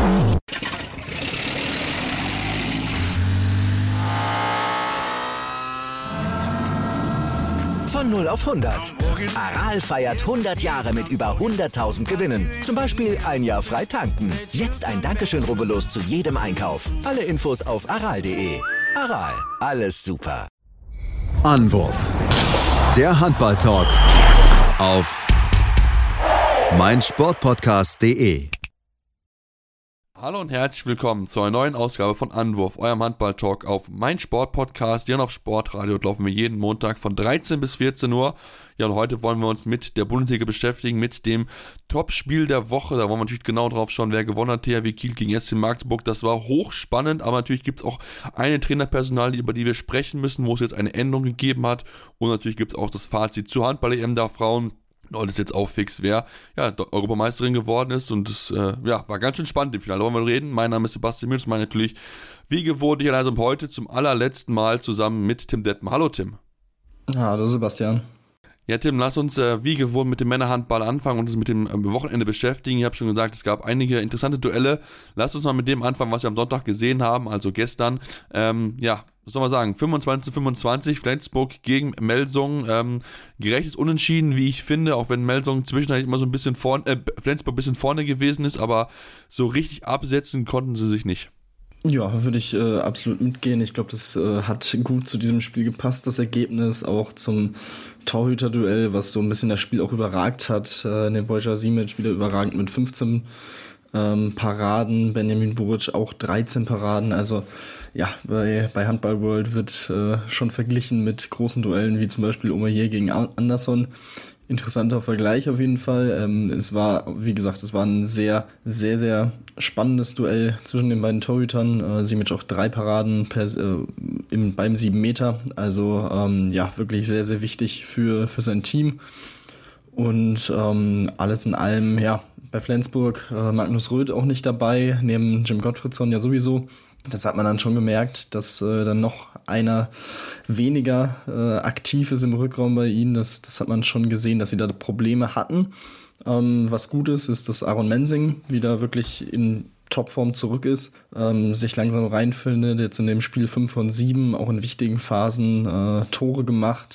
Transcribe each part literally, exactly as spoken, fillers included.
Von null auf hundert. Aral feiert hundert Jahre mit über hunderttausend Gewinnen. Zum Beispiel ein Jahr frei tanken. Jetzt ein Dankeschön, rubbellos zu jedem Einkauf. Alle Infos auf aral punkt de. Aral, alles super. Anwurf. Der Handball-Talk auf meinsportpodcast punkt de. Hallo und herzlich willkommen zu einer neuen Ausgabe von Anwurf, eurem Handball-Talk auf meinsportpodcast. Hier auf Sportradio laufen wir jeden Montag von dreizehn bis vierzehn Uhr. Ja, und heute wollen wir uns mit der Bundesliga beschäftigen, mit dem Topspiel der Woche. Da wollen wir natürlich genau drauf schauen, wer gewonnen hat. T H W Kiel gegen S C Magdeburg. Das war hochspannend, aber natürlich gibt es auch eine Trainerpersonal, über die wir sprechen müssen, wo es jetzt eine Änderung gegeben hat. Und natürlich gibt es auch das Fazit zur Handball-E M der Frauen. Und ist jetzt auch fix, wer ja, Europameisterin geworden ist. Und es äh, ja, war ganz schön spannend im Finale. Da wollen wir reden. Mein Name ist Sebastian Mütz. Mein natürlich, wie gewohnt, hier also heute zum allerletzten Mal zusammen mit Tim Detmer. Hallo Tim. Hallo Sebastian. Ja, Tim, lass uns äh, wie gewohnt mit dem Männerhandball anfangen und uns mit dem äh, Wochenende beschäftigen. Ich habe schon gesagt, es gab einige interessante Duelle. Lass uns mal mit dem anfangen, was wir am Sonntag gesehen haben, also gestern. Ähm, ja, was soll man sagen, fünfundzwanzig zu fünfundzwanzig, Flensburg gegen Melsung. Ähm, gerechtes Unentschieden, wie ich finde, auch wenn Melsung zwischendurch immer so ein bisschen vorne, äh, Flensburg ein bisschen vorne gewesen ist, aber so richtig absetzen konnten sie sich nicht. Ja, würde ich äh, absolut mitgehen. Ich glaube, das äh, hat gut zu diesem Spiel gepasst, das Ergebnis, auch zum Torhüter-Duell, was so ein bisschen das Spiel auch überragt hat. Äh, Nebojša Simić wieder überragend mit fünfzehn ähm, Paraden, Benjamin Buric auch dreizehn Paraden. Also ja, bei, bei Handball World wird äh, schon verglichen mit großen Duellen, wie zum Beispiel Omeyer gegen Anderson. Interessanter Vergleich auf jeden Fall. Ähm, es war, wie gesagt, es war ein sehr, sehr, sehr spannendes Duell zwischen den beiden Torhütern. Äh, Simić auch drei Paraden per, äh, im, beim sieben Meter. Also ähm, ja, wirklich sehr, sehr wichtig für, für sein Team. Und ähm, alles in allem, ja, bei Flensburg äh, Magnus Röth auch nicht dabei, neben Jim Gottfriedson ja sowieso. Das hat man dann schon gemerkt, dass äh, dann noch einer weniger äh, aktiv ist im Rückraum bei ihnen. Das, das hat man schon gesehen, dass sie da Probleme hatten. Ähm, was gut ist, ist, dass Aaron Mensing wieder wirklich in Topform zurück ist, ähm, sich langsam reinfindet. Jetzt in dem Spiel fünf von sieben, auch in wichtigen Phasen äh, Tore gemacht.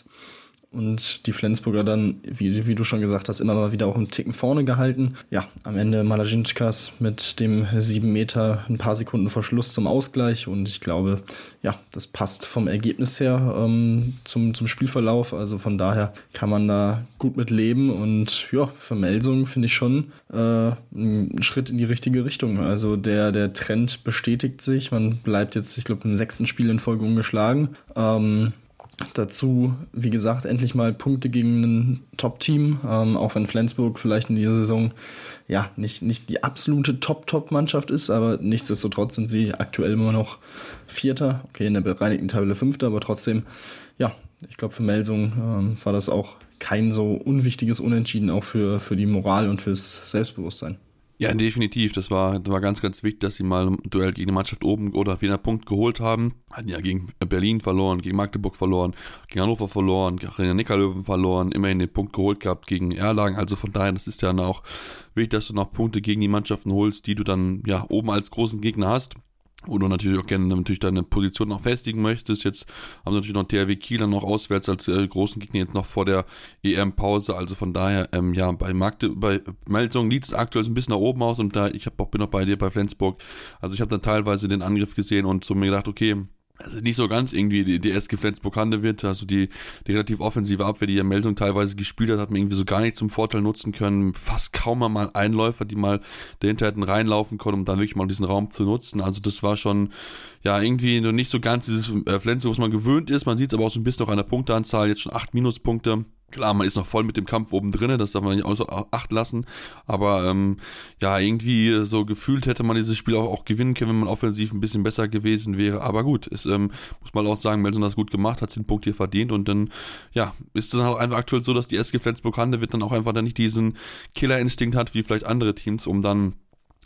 Und die Flensburger dann, wie, wie du schon gesagt hast, immer mal wieder auch einen Ticken vorne gehalten. Ja, am Ende Malajinskas mit dem sieben Meter ein paar Sekunden vor Schluss zum Ausgleich. Und ich glaube, ja, das passt vom Ergebnis her ähm, zum, zum Spielverlauf. Also von daher kann man da gut mit leben. Und ja, für Melsung finde ich schon äh, ein Schritt in die richtige Richtung. Also der, der Trend bestätigt sich. Man bleibt jetzt, ich glaube, im sechsten Spiel in Folge ungeschlagen. Ähm, Dazu, wie gesagt, endlich mal Punkte gegen ein Top-Team, ähm, auch wenn Flensburg vielleicht in dieser Saison ja nicht, nicht die absolute Top-Top-Mannschaft ist, aber nichtsdestotrotz sind sie aktuell immer noch Vierter, okay, in der bereinigten Tabelle Fünfter, aber trotzdem, ja, ich glaube für Melsung ähm, war das auch kein so unwichtiges Unentschieden, auch für, für die Moral und fürs Selbstbewusstsein. Ja, definitiv. Das war, das war ganz, ganz wichtig, dass sie mal ein Duell gegen die Mannschaft oben oder wieder einen Punkt geholt haben. Hatten ja gegen Berlin verloren, gegen Magdeburg verloren, gegen Hannover verloren, gegen den Neckarlöwen verloren, immerhin den Punkt geholt gehabt gegen Erlangen. Also von daher, das ist ja dann auch wichtig, dass du noch Punkte gegen die Mannschaften holst, die du dann ja oben als großen Gegner hast. Wo du natürlich auch gerne natürlich deine Position noch festigen möchtest. Jetzt haben wir natürlich noch T H W Kiel dann noch auswärts als äh, großen Gegner jetzt noch vor der E M-Pause. Also von daher, ähm, ja, bei Magde, bei Melsung sieht es aktuell so ein bisschen nach oben aus und da, ich hab auch, bin auch bei dir bei Flensburg. Also ich habe dann teilweise den Angriff gesehen und so mir gedacht, okay, also nicht so ganz irgendwie die, die S G Flensburg-Handewitt, also die, die relativ offensive Abwehr, die ja Melsung teilweise gespielt hat, hat man irgendwie so gar nicht zum Vorteil nutzen können. Fast kaum mal Einläufer, die mal dahinter hätten reinlaufen können, um dann wirklich mal diesen Raum zu nutzen. Also das war schon, ja, irgendwie noch nicht so ganz dieses äh, Flensburg, was man gewöhnt ist. Man sieht es aber auch so ein bisschen auch an der Punkteanzahl, jetzt schon acht Minuspunkte. Klar, man ist noch voll mit dem Kampf oben drin, das darf man nicht außer Acht lassen, aber ähm, ja, irgendwie so gefühlt hätte man dieses Spiel auch, auch gewinnen können, wenn man offensiv ein bisschen besser gewesen wäre, aber gut, es ähm, muss man auch sagen, Melsung hat das gut gemacht, hat den Punkt hier verdient und dann, ja, ist es dann auch einfach aktuell so, dass die S G Flensburg-Handewitt dann auch einfach dann nicht diesen Killerinstinkt hat, wie vielleicht andere Teams, um dann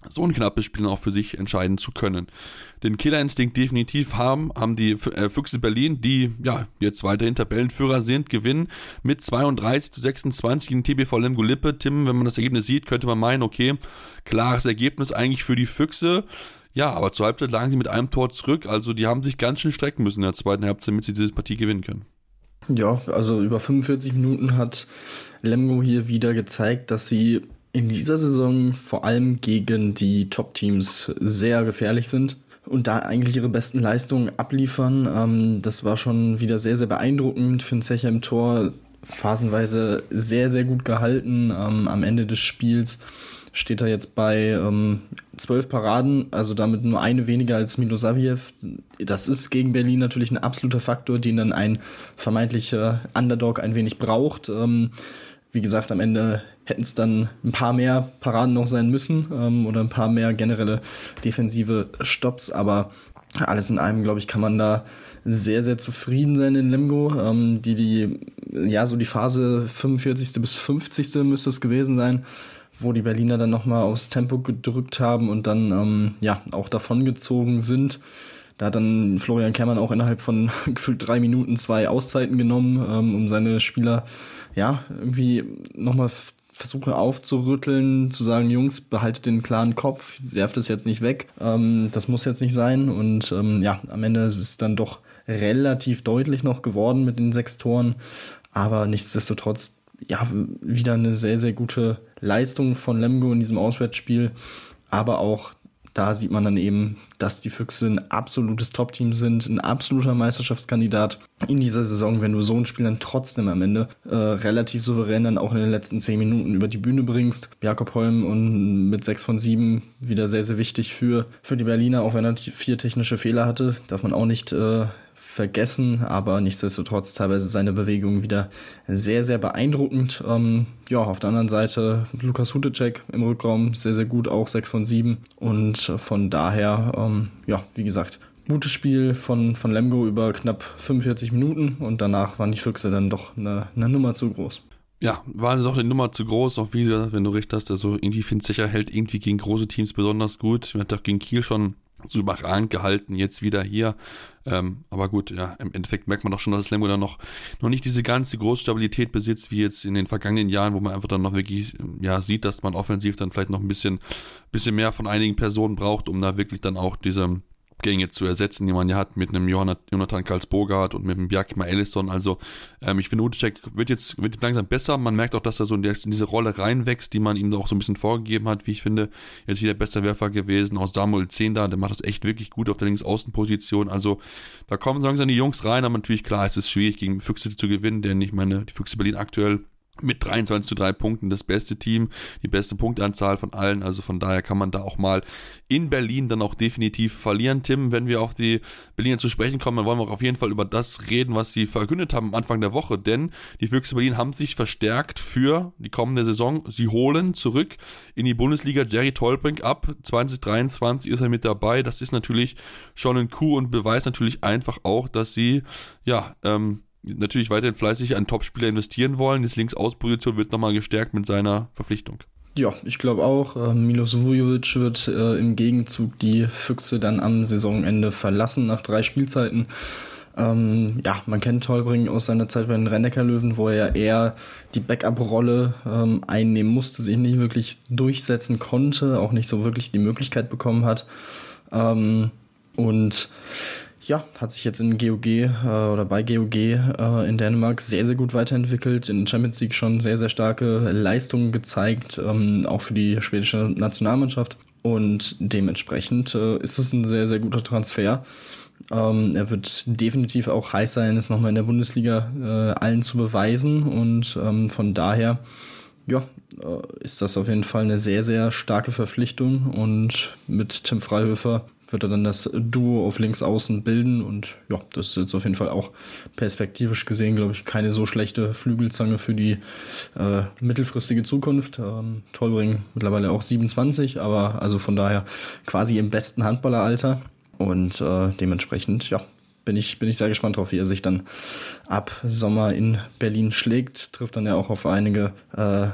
so ein knappes Spiel auch für sich entscheiden zu können. Den Killerinstinkt definitiv haben, haben die Füchse Berlin, die ja jetzt weiterhin Tabellenführer sind, gewinnen mit zweiunddreißig zu sechsundzwanzig gegen T B V Lemgo-Lippe. Tim, wenn man das Ergebnis sieht, könnte man meinen, okay, klares Ergebnis eigentlich für die Füchse. Ja, aber zur Halbzeit lagen sie mit einem Tor zurück, also die haben sich ganz schön strecken müssen in der zweiten Halbzeit, damit sie diese Partie gewinnen können. Ja, also über fünfundvierzig Minuten hat Lemgo hier wieder gezeigt, dass sie in dieser Saison vor allem gegen die Top-Teams sehr gefährlich sind und da eigentlich ihre besten Leistungen abliefern. Ähm, das war schon wieder sehr, sehr beeindruckend. Finn Zecher im Tor phasenweise sehr, sehr gut gehalten. Ähm, am Ende des Spiels steht er jetzt bei ähm, zwölf Paraden, also damit nur eine weniger als Milosavljev. Das ist gegen Berlin natürlich ein absoluter Faktor, den dann ein vermeintlicher Underdog ein wenig braucht. Ähm, Wie gesagt, am Ende hätten es dann ein paar mehr Paraden noch sein müssen ähm, oder ein paar mehr generelle defensive Stopps, aber alles in allem, glaube ich, kann man da sehr, sehr zufrieden sein in Lemgo. Ähm, die, die, ja, so die Phase fünfundvierzigste bis fünfzigste müsste es gewesen sein, wo die Berliner dann nochmal aufs Tempo gedrückt haben und dann ähm, ja auch davongezogen sind. Da hat dann Florian Kermann auch innerhalb von gefühlt drei Minuten zwei Auszeiten genommen, ähm, um seine Spieler ja irgendwie nochmal f- versuchen aufzurütteln, zu sagen, Jungs, behaltet den klaren Kopf, werft es jetzt nicht weg, ähm, das muss jetzt nicht sein. Und ähm, ja, am Ende ist es dann doch relativ deutlich noch geworden mit den sechs Toren, aber nichtsdestotrotz ja wieder eine sehr, sehr gute Leistung von Lemgo in diesem Auswärtsspiel, aber auch da sieht man dann eben, dass die Füchse ein absolutes Top-Team sind, ein absoluter Meisterschaftskandidat in dieser Saison, wenn du so ein Spiel dann trotzdem am Ende äh, relativ souverän dann auch in den letzten zehn Minuten über die Bühne bringst. Jakob Holm und mit sechs von sieben wieder sehr, sehr wichtig für, für die Berliner, auch wenn er vier technische Fehler hatte, darf man auch nicht äh, vergessen, aber nichtsdestotrotz teilweise seine Bewegungen wieder sehr, sehr beeindruckend. Ähm, ja, auf der anderen Seite Lukas Hutecek im Rückraum sehr, sehr gut, auch sechs von sieben und von daher, ähm, ja, wie gesagt, gutes Spiel von, von Lemgo über knapp fünfundvierzig Minuten und danach waren die Füchse dann doch eine, eine Nummer zu groß. Ja, war also doch eine Nummer zu groß, auch wie gesagt, wenn du recht hast, also irgendwie finde ich sicher, hält irgendwie gegen große Teams besonders gut. Man hat doch gegen Kiel schon so überragend gehalten, jetzt wieder hier. Ähm, aber gut, ja, im Endeffekt merkt man doch schon, dass Lemgo dann noch, noch nicht diese ganze Großstabilität besitzt, wie jetzt in den vergangenen Jahren, wo man einfach dann noch wirklich, ja, sieht, dass man offensiv dann vielleicht noch ein bisschen, bisschen mehr von einigen Personen braucht, um da wirklich dann auch diese Gänge zu ersetzen, die man ja hat mit einem Jonathan Karls-Bogart und mit dem Bjarkma Ellison. Also ähm, ich finde, Hutecek wird jetzt wird langsam besser. Man merkt auch, dass er so in, der, in diese Rolle reinwächst, die man ihm auch so ein bisschen vorgegeben hat, wie ich finde. Jetzt wieder bester Werfer gewesen, aus Samuel Zehnder, der macht das echt wirklich gut auf der Linksaußenposition. Also da kommen so langsam die Jungs rein, aber natürlich klar, es ist schwierig gegen Füchse zu gewinnen, denn ich meine, die Füchse Berlin aktuell mit dreiundzwanzig zu drei Punkten das beste Team, die beste Punktanzahl von allen, also von daher kann man da auch mal in Berlin dann auch definitiv verlieren. Tim, wenn wir auf die Berliner zu sprechen kommen, dann wollen wir auch auf jeden Fall über das reden, was sie verkündet haben am Anfang der Woche, denn die Füchse Berlin haben sich verstärkt für die kommende Saison. Sie holen zurück in die Bundesliga Jerry Tolbrink ab, zwanzig dreiundzwanzig ist er mit dabei, das ist natürlich schon ein Coup und beweist natürlich einfach auch, dass sie, ja, ähm, natürlich weiterhin fleißig an Topspieler investieren wollen. Die Linksaußenposition wird nochmal gestärkt mit seiner Verpflichtung. Ja, ich glaube auch. Äh, Milos Vujovic wird äh, im Gegenzug die Füchse dann am Saisonende verlassen nach drei Spielzeiten. Ähm, ja, man kennt Tolbring aus seiner Zeit bei den Rhein-Neckar-Löwen, wo er eher die Backup-Rolle ähm, einnehmen musste, sich nicht wirklich durchsetzen konnte, auch nicht so wirklich die Möglichkeit bekommen hat. Ähm, und ja, hat sich jetzt in G O G äh, oder bei G O G äh, in Dänemark sehr, sehr gut weiterentwickelt. In der Champions League schon sehr, sehr starke Leistungen gezeigt, ähm, auch für die schwedische Nationalmannschaft. Und dementsprechend äh, ist es ein sehr, sehr guter Transfer. Ähm, er wird definitiv auch heiß sein, es nochmal in der Bundesliga äh, allen zu beweisen. Und ähm, von daher ja, äh, ist das auf jeden Fall eine sehr, sehr starke Verpflichtung. Und mit Tim Freihöfer wird er dann das Duo auf links außen bilden und ja, das ist jetzt auf jeden Fall auch perspektivisch gesehen, glaube ich, keine so schlechte Flügelzange für die äh, mittelfristige Zukunft. Ähm, Tolbring mittlerweile auch siebenundzwanzig, aber also von daher quasi im besten Handballeralter und äh, dementsprechend, ja, bin ich, bin ich sehr gespannt drauf, wie er sich dann ab Sommer in Berlin schlägt, trifft dann ja auch auf einige äh,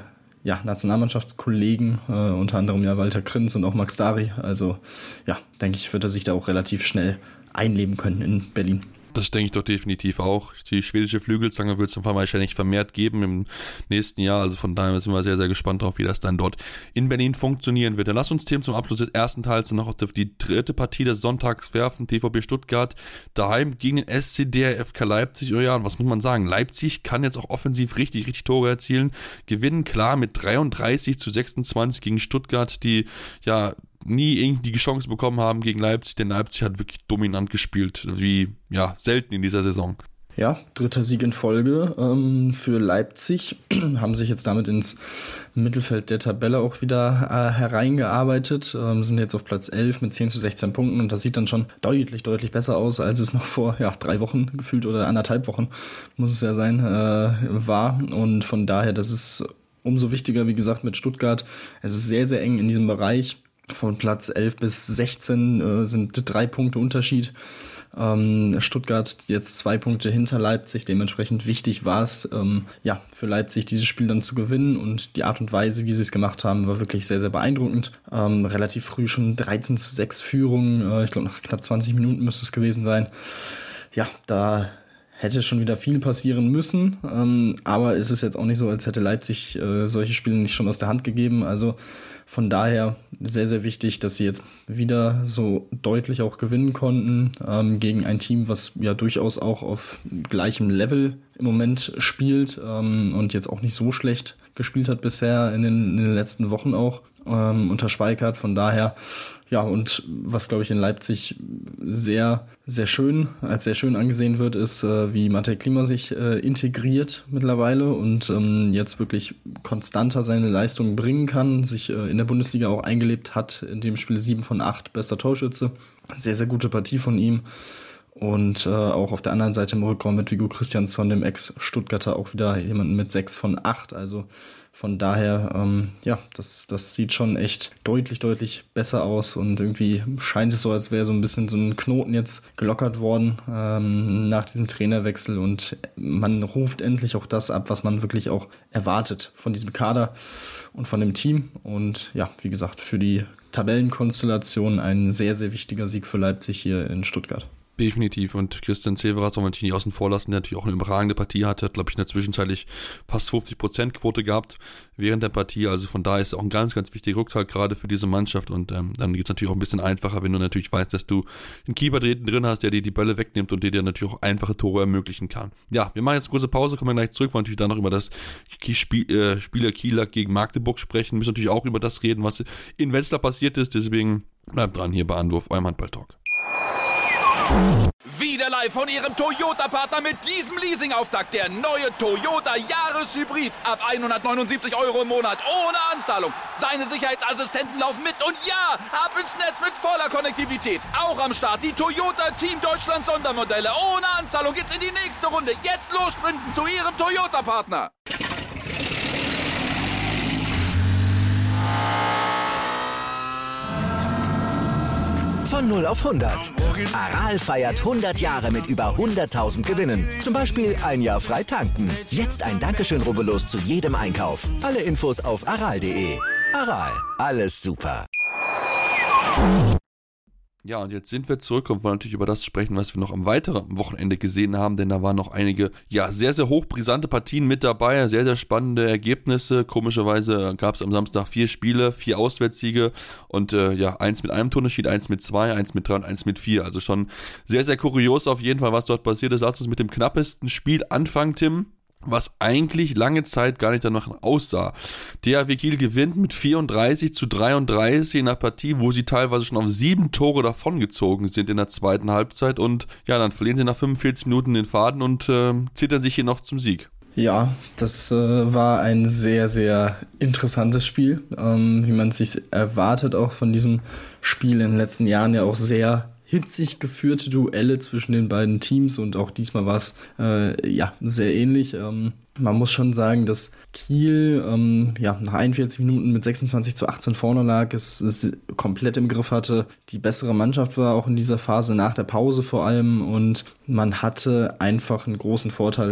ja, Nationalmannschaftskollegen, äh, unter anderem ja Walter Krinz und auch Max Dari. Also ja, denke ich, wird er sich da auch relativ schnell einleben können in Berlin. Das denke ich doch definitiv auch. Die schwedische Flügelzange wird es wahrscheinlich vermehrt geben im nächsten Jahr. Also von daher sind wir sehr, sehr gespannt drauf, wie das dann dort in Berlin funktionieren wird. Dann lass uns Themen zum Abschluss des ersten Teils noch auf die dritte Partie des Sonntags werfen. T V B Stuttgart daheim gegen den S C D R F K Leipzig. Oh ja, und was muss man sagen? Leipzig kann jetzt auch offensiv richtig, richtig Tore erzielen. Gewinnen klar mit dreiunddreißig zu sechsundzwanzig gegen Stuttgart, die ja nie irgendwie die Chance bekommen haben gegen Leipzig, denn Leipzig hat wirklich dominant gespielt, wie ja selten in dieser Saison. Ja, dritter Sieg in Folge ähm, für Leipzig, haben sich jetzt damit ins Mittelfeld der Tabelle auch wieder äh, hereingearbeitet, ähm, sind jetzt auf Platz elf mit zehn zu sechzehn Punkten und das sieht dann schon deutlich, deutlich besser aus, als es noch vor ja, drei Wochen gefühlt oder anderthalb Wochen, muss es ja sein, äh, war und von daher, das ist umso wichtiger, wie gesagt, mit Stuttgart. Es ist sehr, sehr eng in diesem Bereich. Von Platz elf bis sechzehn äh, sind drei Punkte Unterschied. Ähm, Stuttgart jetzt zwei Punkte hinter Leipzig. Dementsprechend wichtig war es, ähm, ja, für Leipzig dieses Spiel dann zu gewinnen. Und die Art und Weise, wie sie es gemacht haben, war wirklich sehr, sehr beeindruckend. Ähm, relativ früh schon dreizehn zu sechs Führung. Äh, ich glaube, nach knapp zwanzig Minuten müsste es gewesen sein. Ja, da hätte schon wieder viel passieren müssen. Ähm, aber es ist jetzt auch nicht so, als hätte Leipzig äh, solche Spiele nicht schon aus der Hand gegeben. Also von daher sehr, sehr wichtig, dass sie jetzt wieder so deutlich auch gewinnen konnten ähm, gegen ein Team, was ja durchaus auch auf gleichem Level im Moment spielt ähm, und jetzt auch nicht so schlecht gespielt hat bisher in den, in den letzten Wochen auch ähm, unter Schweikart. Von daher, ja, und was glaube ich in Leipzig sehr, sehr schön, als sehr schön angesehen wird, ist, äh, wie Matej Klima sich äh, integriert mittlerweile und ähm, jetzt wirklich konstanter seine Leistungen bringen kann, sich äh, in der Bundesliga auch eingelebt hat, in dem Spiel sieben von acht, bester Torschütze. Sehr, sehr gute Partie von ihm. Und äh, auch auf der anderen Seite im Rückraum mit Viggo Christiansson, dem Ex-Stuttgarter, auch wieder jemanden mit sechs von acht. Also von daher, ähm, ja, das, das sieht schon echt deutlich, deutlich besser aus. Und irgendwie scheint es so, als wäre so ein bisschen so ein Knoten jetzt gelockert worden ähm, nach diesem Trainerwechsel. Und man ruft endlich auch das ab, was man wirklich auch erwartet von diesem Kader und von dem Team. Und ja, wie gesagt, für die Tabellenkonstellation ein sehr, sehr wichtiger Sieg für Leipzig hier in Stuttgart. Definitiv, und Christian Severas soll man natürlich nicht außen vor lassen, der natürlich auch eine überragende Partie hatte, hat glaube ich in der Zwischenzeitlich fast fünfzig Prozent Quote gehabt während der Partie, also von daher ist es auch ein ganz, ganz wichtiger Rückhalt gerade für diese Mannschaft und ähm, dann geht es natürlich auch ein bisschen einfacher, wenn du natürlich weißt, dass du einen Keeper drin hast, der dir die Bälle wegnimmt und der dir natürlich auch einfache Tore ermöglichen kann. Ja, wir machen jetzt eine kurze Pause, kommen wir gleich zurück, wollen natürlich dann noch über das Spiel, äh, Spieler Kieler gegen Magdeburg sprechen, müssen natürlich auch über das reden, was in Wetzlar passiert ist, deswegen bleibt dran hier bei Anwurf, eurem Handball-Talk. Wieder live von Ihrem Toyota-Partner mit diesem Leasing-Auftakt. Der neue Toyota Jahreshybrid. Ab hundertneunundsiebzig Euro im Monat. Ohne Anzahlung. Seine Sicherheitsassistenten laufen mit. Und ja, ab ins Netz mit voller Konnektivität. Auch am Start die Toyota Team Deutschland Sondermodelle. Ohne Anzahlung geht's in die nächste Runde. Jetzt los sprinten zu Ihrem Toyota-Partner. Von null auf hundert. Aral feiert hundert Jahre mit über hunderttausend Gewinnen. Zum Beispiel ein Jahr frei tanken. Jetzt ein Dankeschön, rubbellos zu jedem Einkauf. Alle Infos auf aral punkt de. Aral, alles super. Ja, und jetzt sind wir zurück und wollen natürlich über das sprechen, was wir noch am weiteren Wochenende gesehen haben, denn da waren noch einige, ja, sehr, sehr hochbrisante Partien mit dabei, sehr, sehr spannende Ergebnisse. Komischerweise gab es am Samstag vier Spiele, vier Auswärtssiege und äh, ja, eins mit einem Torunterschied, eins mit zwei, eins mit drei und eins mit vier. Also schon sehr, sehr kurios auf jeden Fall, was dort passiert ist. Lass uns mit dem knappesten Spiel anfangen, Tim, was eigentlich lange Zeit gar nicht danach aussah. D H W Kiel gewinnt mit vierunddreißig zu dreiunddreißig in einer Partie, wo sie teilweise schon auf sieben Tore davongezogen sind in der zweiten Halbzeit und ja, dann verlieren sie nach fünfundvierzig Minuten den Faden und äh, zittern sich hier noch zum Sieg. Ja, das äh, war ein sehr, sehr interessantes Spiel, ähm, wie man es sich erwartet, auch von diesem Spiel in den letzten Jahren ja auch sehr hitzig geführte Duelle zwischen den beiden Teams und auch diesmal war es äh, ja, sehr ähnlich. Ähm, man muss schon sagen, dass Kiel ähm, ja, nach einundvierzig Minuten mit sechsundzwanzig zu achtzehn vorne lag, es, es komplett im Griff hatte, die bessere Mannschaft war auch in dieser Phase nach der Pause vor allem und man hatte einfach einen großen Vorteil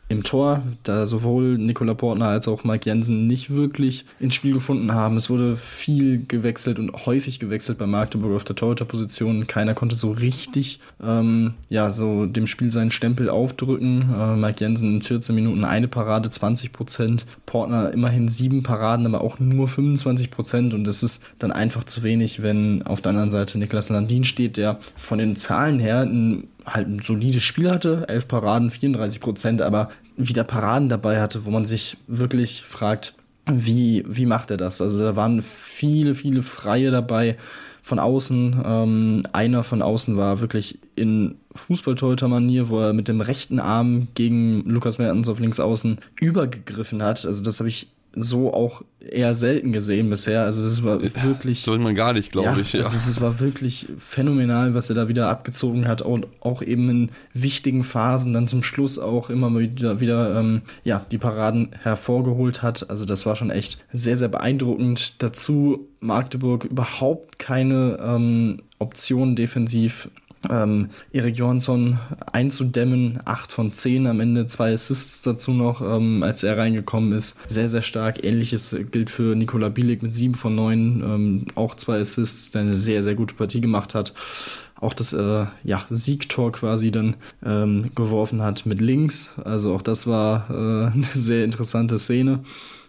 im Tor, da sowohl Nicola Portner als auch Mike Jensen nicht wirklich ins Spiel gefunden haben. Es wurde viel gewechselt und häufig gewechselt bei Magdeburg auf der Torhüterposition. Keiner konnte so richtig ähm, ja, so dem Spiel seinen Stempel aufdrücken. Äh, Mike Jensen in vierzehn Minuten eine Parade, zwanzig Prozent. Portner immerhin sieben Paraden, aber auch nur fünfundzwanzig Prozent. Und das ist dann einfach zu wenig, wenn auf der anderen Seite Niklas Landin steht, der von den Zahlen her ein halt ein solides Spiel hatte, elf Paraden, vierunddreißig Prozent, aber wieder Paraden dabei hatte, wo man sich wirklich fragt, wie, wie macht er das? Also da waren viele, viele Freie dabei von außen. Ähm, einer von außen war wirklich in Fußballtorhüter-Manier, wo er mit dem rechten Arm gegen Lukas Mertens auf links außen übergegriffen hat. Also das habe ich so auch eher selten gesehen bisher. Also das war wirklich... Soll man gar nicht, glaube ja, ich. Ja, also es war wirklich phänomenal, was er da wieder abgezogen hat und auch eben in wichtigen Phasen dann zum Schluss auch immer wieder, wieder ähm, ja, die Paraden hervorgeholt hat. Also das war schon echt sehr, sehr beeindruckend. Dazu Magdeburg überhaupt keine ähm, Option defensiv. Ähm, Erik Johansson einzudämmen, acht von zehn am Ende, zwei Assists dazu noch, ähm, als er reingekommen ist, sehr, sehr stark. Ähnliches gilt für Nikola Bielik mit sieben von neun, ähm, auch zwei Assists, der eine sehr, sehr gute Partie gemacht hat. Auch das äh, ja, Siegtor quasi dann ähm, geworfen hat mit links, also auch das war äh, eine sehr interessante Szene.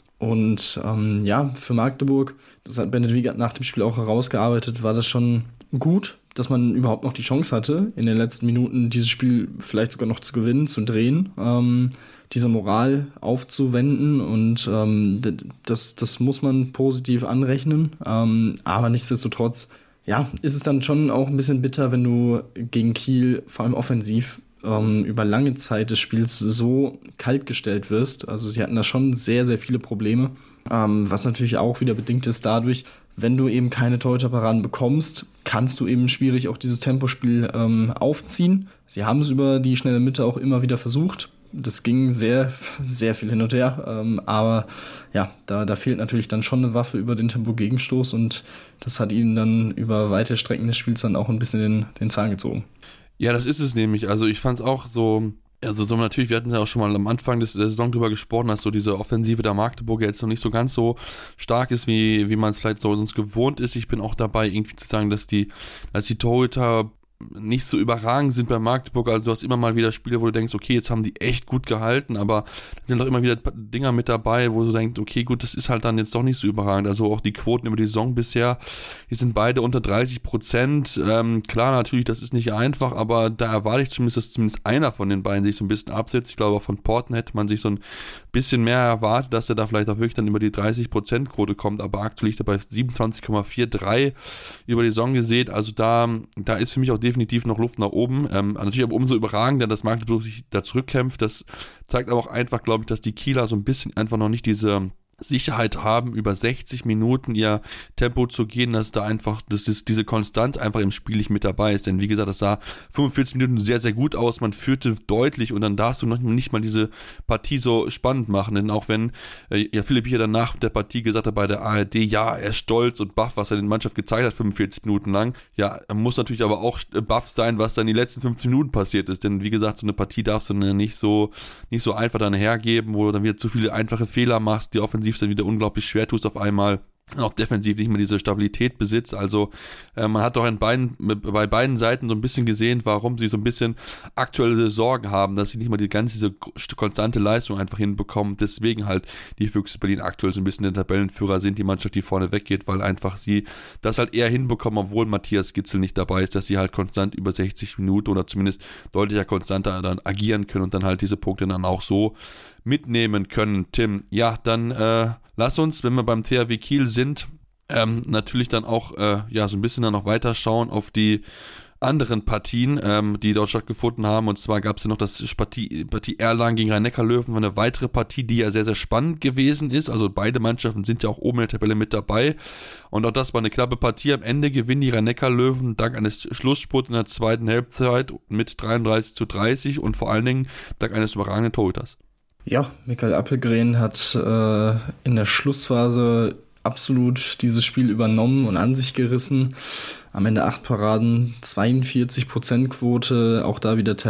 Und ähm, ja, für Magdeburg, das hat Bennett Wiegand nach dem Spiel auch herausgearbeitet, war das schon gut, dass man überhaupt noch die Chance hatte, in den letzten Minuten dieses Spiel vielleicht sogar noch zu gewinnen, zu drehen, ähm, diese Moral aufzuwenden und ähm, das, das muss man positiv anrechnen, ähm, aber nichtsdestotrotz, ja, ist es dann schon auch ein bisschen bitter, wenn du gegen Kiel, vor allem offensiv, ähm, über lange Zeit des Spiels so kalt gestellt wirst. Also sie hatten da schon sehr, sehr viele Probleme, ähm, was natürlich auch wieder bedingt ist dadurch, wenn du eben keine Torhüterparaden bekommst, kannst du eben schwierig auch dieses Tempospiel ähm, aufziehen. Sie haben es über die schnelle Mitte auch immer wieder versucht. Das ging sehr, sehr viel hin und her. Ähm, aber ja, da, da fehlt natürlich dann schon eine Waffe über den Tempo-Gegenstoß und das hat ihnen dann über weite Strecken des Spiels dann auch ein bisschen den, den Zahn gezogen. Ja, das ist es nämlich. Also ich fand es auch so... Also so natürlich, wir hatten ja auch schon mal am Anfang des, der Saison drüber gesprochen, dass so diese Offensive der Magdeburger jetzt noch nicht so ganz so stark ist, wie, wie man es vielleicht so sonst gewohnt ist. Ich bin auch dabei, irgendwie zu sagen, dass die, dass die Torhüter nicht so überragend sind bei Magdeburg. Also du hast immer mal wieder Spiele, wo du denkst, okay, jetzt haben die echt gut gehalten, aber da sind doch immer wieder Dinger mit dabei, wo du denkst, okay, gut, das ist halt dann jetzt doch nicht so überragend. Also auch die Quoten über die Saison bisher, die sind beide unter dreißig Prozent. Ähm, klar, natürlich, das ist nicht einfach, aber da erwarte ich zumindest, dass zumindest einer von den beiden sich so ein bisschen absetzt. Ich glaube, auch von Porten hätte man sich so ein bisschen mehr erwartet, dass er da vielleicht auch wirklich dann über die dreißig Prozent Quote kommt, aber aktuell liegt er bei siebenundzwanzig Komma dreiundvierzig über die Saison gesehen. Also da, da ist für mich auch definitiv noch Luft nach oben. Ähm, natürlich aber umso überragender, dass Magdeburg sich da zurückkämpft. Das zeigt aber auch einfach, glaube ich, dass die Kieler so ein bisschen einfach noch nicht diese Sicherheit haben, über sechzig Minuten ihr Tempo zu gehen, dass da einfach, das ist diese Konstanz einfach im Spiel nicht mit dabei ist, denn wie gesagt, das sah fünfundvierzig Minuten sehr, sehr gut aus, man führte deutlich und dann darfst du noch nicht mal diese Partie so spannend machen, denn auch wenn äh, ja Philipp hier dann nach der Partie gesagt hat bei der A R D, ja, er ist stolz und baff, was er in der Mannschaft gezeigt hat, fünfundvierzig Minuten lang, ja, er muss natürlich aber auch baff sein, was dann die letzten fünfzehn Minuten passiert ist, denn wie gesagt, so eine Partie darfst du nicht so, nicht so einfach dann hergeben, wo du dann wieder zu viele einfache Fehler machst, die offensiv dann wieder unglaublich schwer tust auf einmal, auch defensiv nicht mehr diese Stabilität besitzt, also äh, man hat doch in beiden, bei beiden Seiten so ein bisschen gesehen, warum sie so ein bisschen aktuelle Sorgen haben, dass sie nicht mal die ganze diese konstante Leistung einfach hinbekommen, deswegen halt die Füchse Berlin aktuell so ein bisschen der Tabellenführer sind, die Mannschaft, die vorne weggeht, weil einfach sie das halt eher hinbekommen, obwohl Matthias Gitzel nicht dabei ist, dass sie halt konstant über sechzig Minuten oder zumindest deutlicher konstanter dann agieren können und dann halt diese Punkte dann auch so mitnehmen können. Tim, ja, dann äh, lass uns, wenn wir beim T H W Kiel sind, ähm, natürlich dann auch äh, ja so ein bisschen dann noch weiter schauen auf die anderen Partien, ähm, die dort stattgefunden haben. Und zwar gab es ja noch das Partie, Partie Erlangen gegen Rhein-Neckar-Löwen, eine weitere Partie, die ja sehr, sehr spannend gewesen ist. Also beide Mannschaften sind ja auch oben in der Tabelle mit dabei. Und auch das war eine knappe Partie. Am Ende gewinnen die Rhein-Neckar-Löwen dank eines Schlussspurts in der zweiten Halbzeit mit dreiunddreißig zu dreißig und vor allen Dingen dank eines überragenden Torhüters. Ja, Michael Appelgren hat äh, in der Schlussphase absolut dieses Spiel übernommen und an sich gerissen. Am Ende acht Paraden, zweiundvierzig Prozent Quote, auch da wieder teils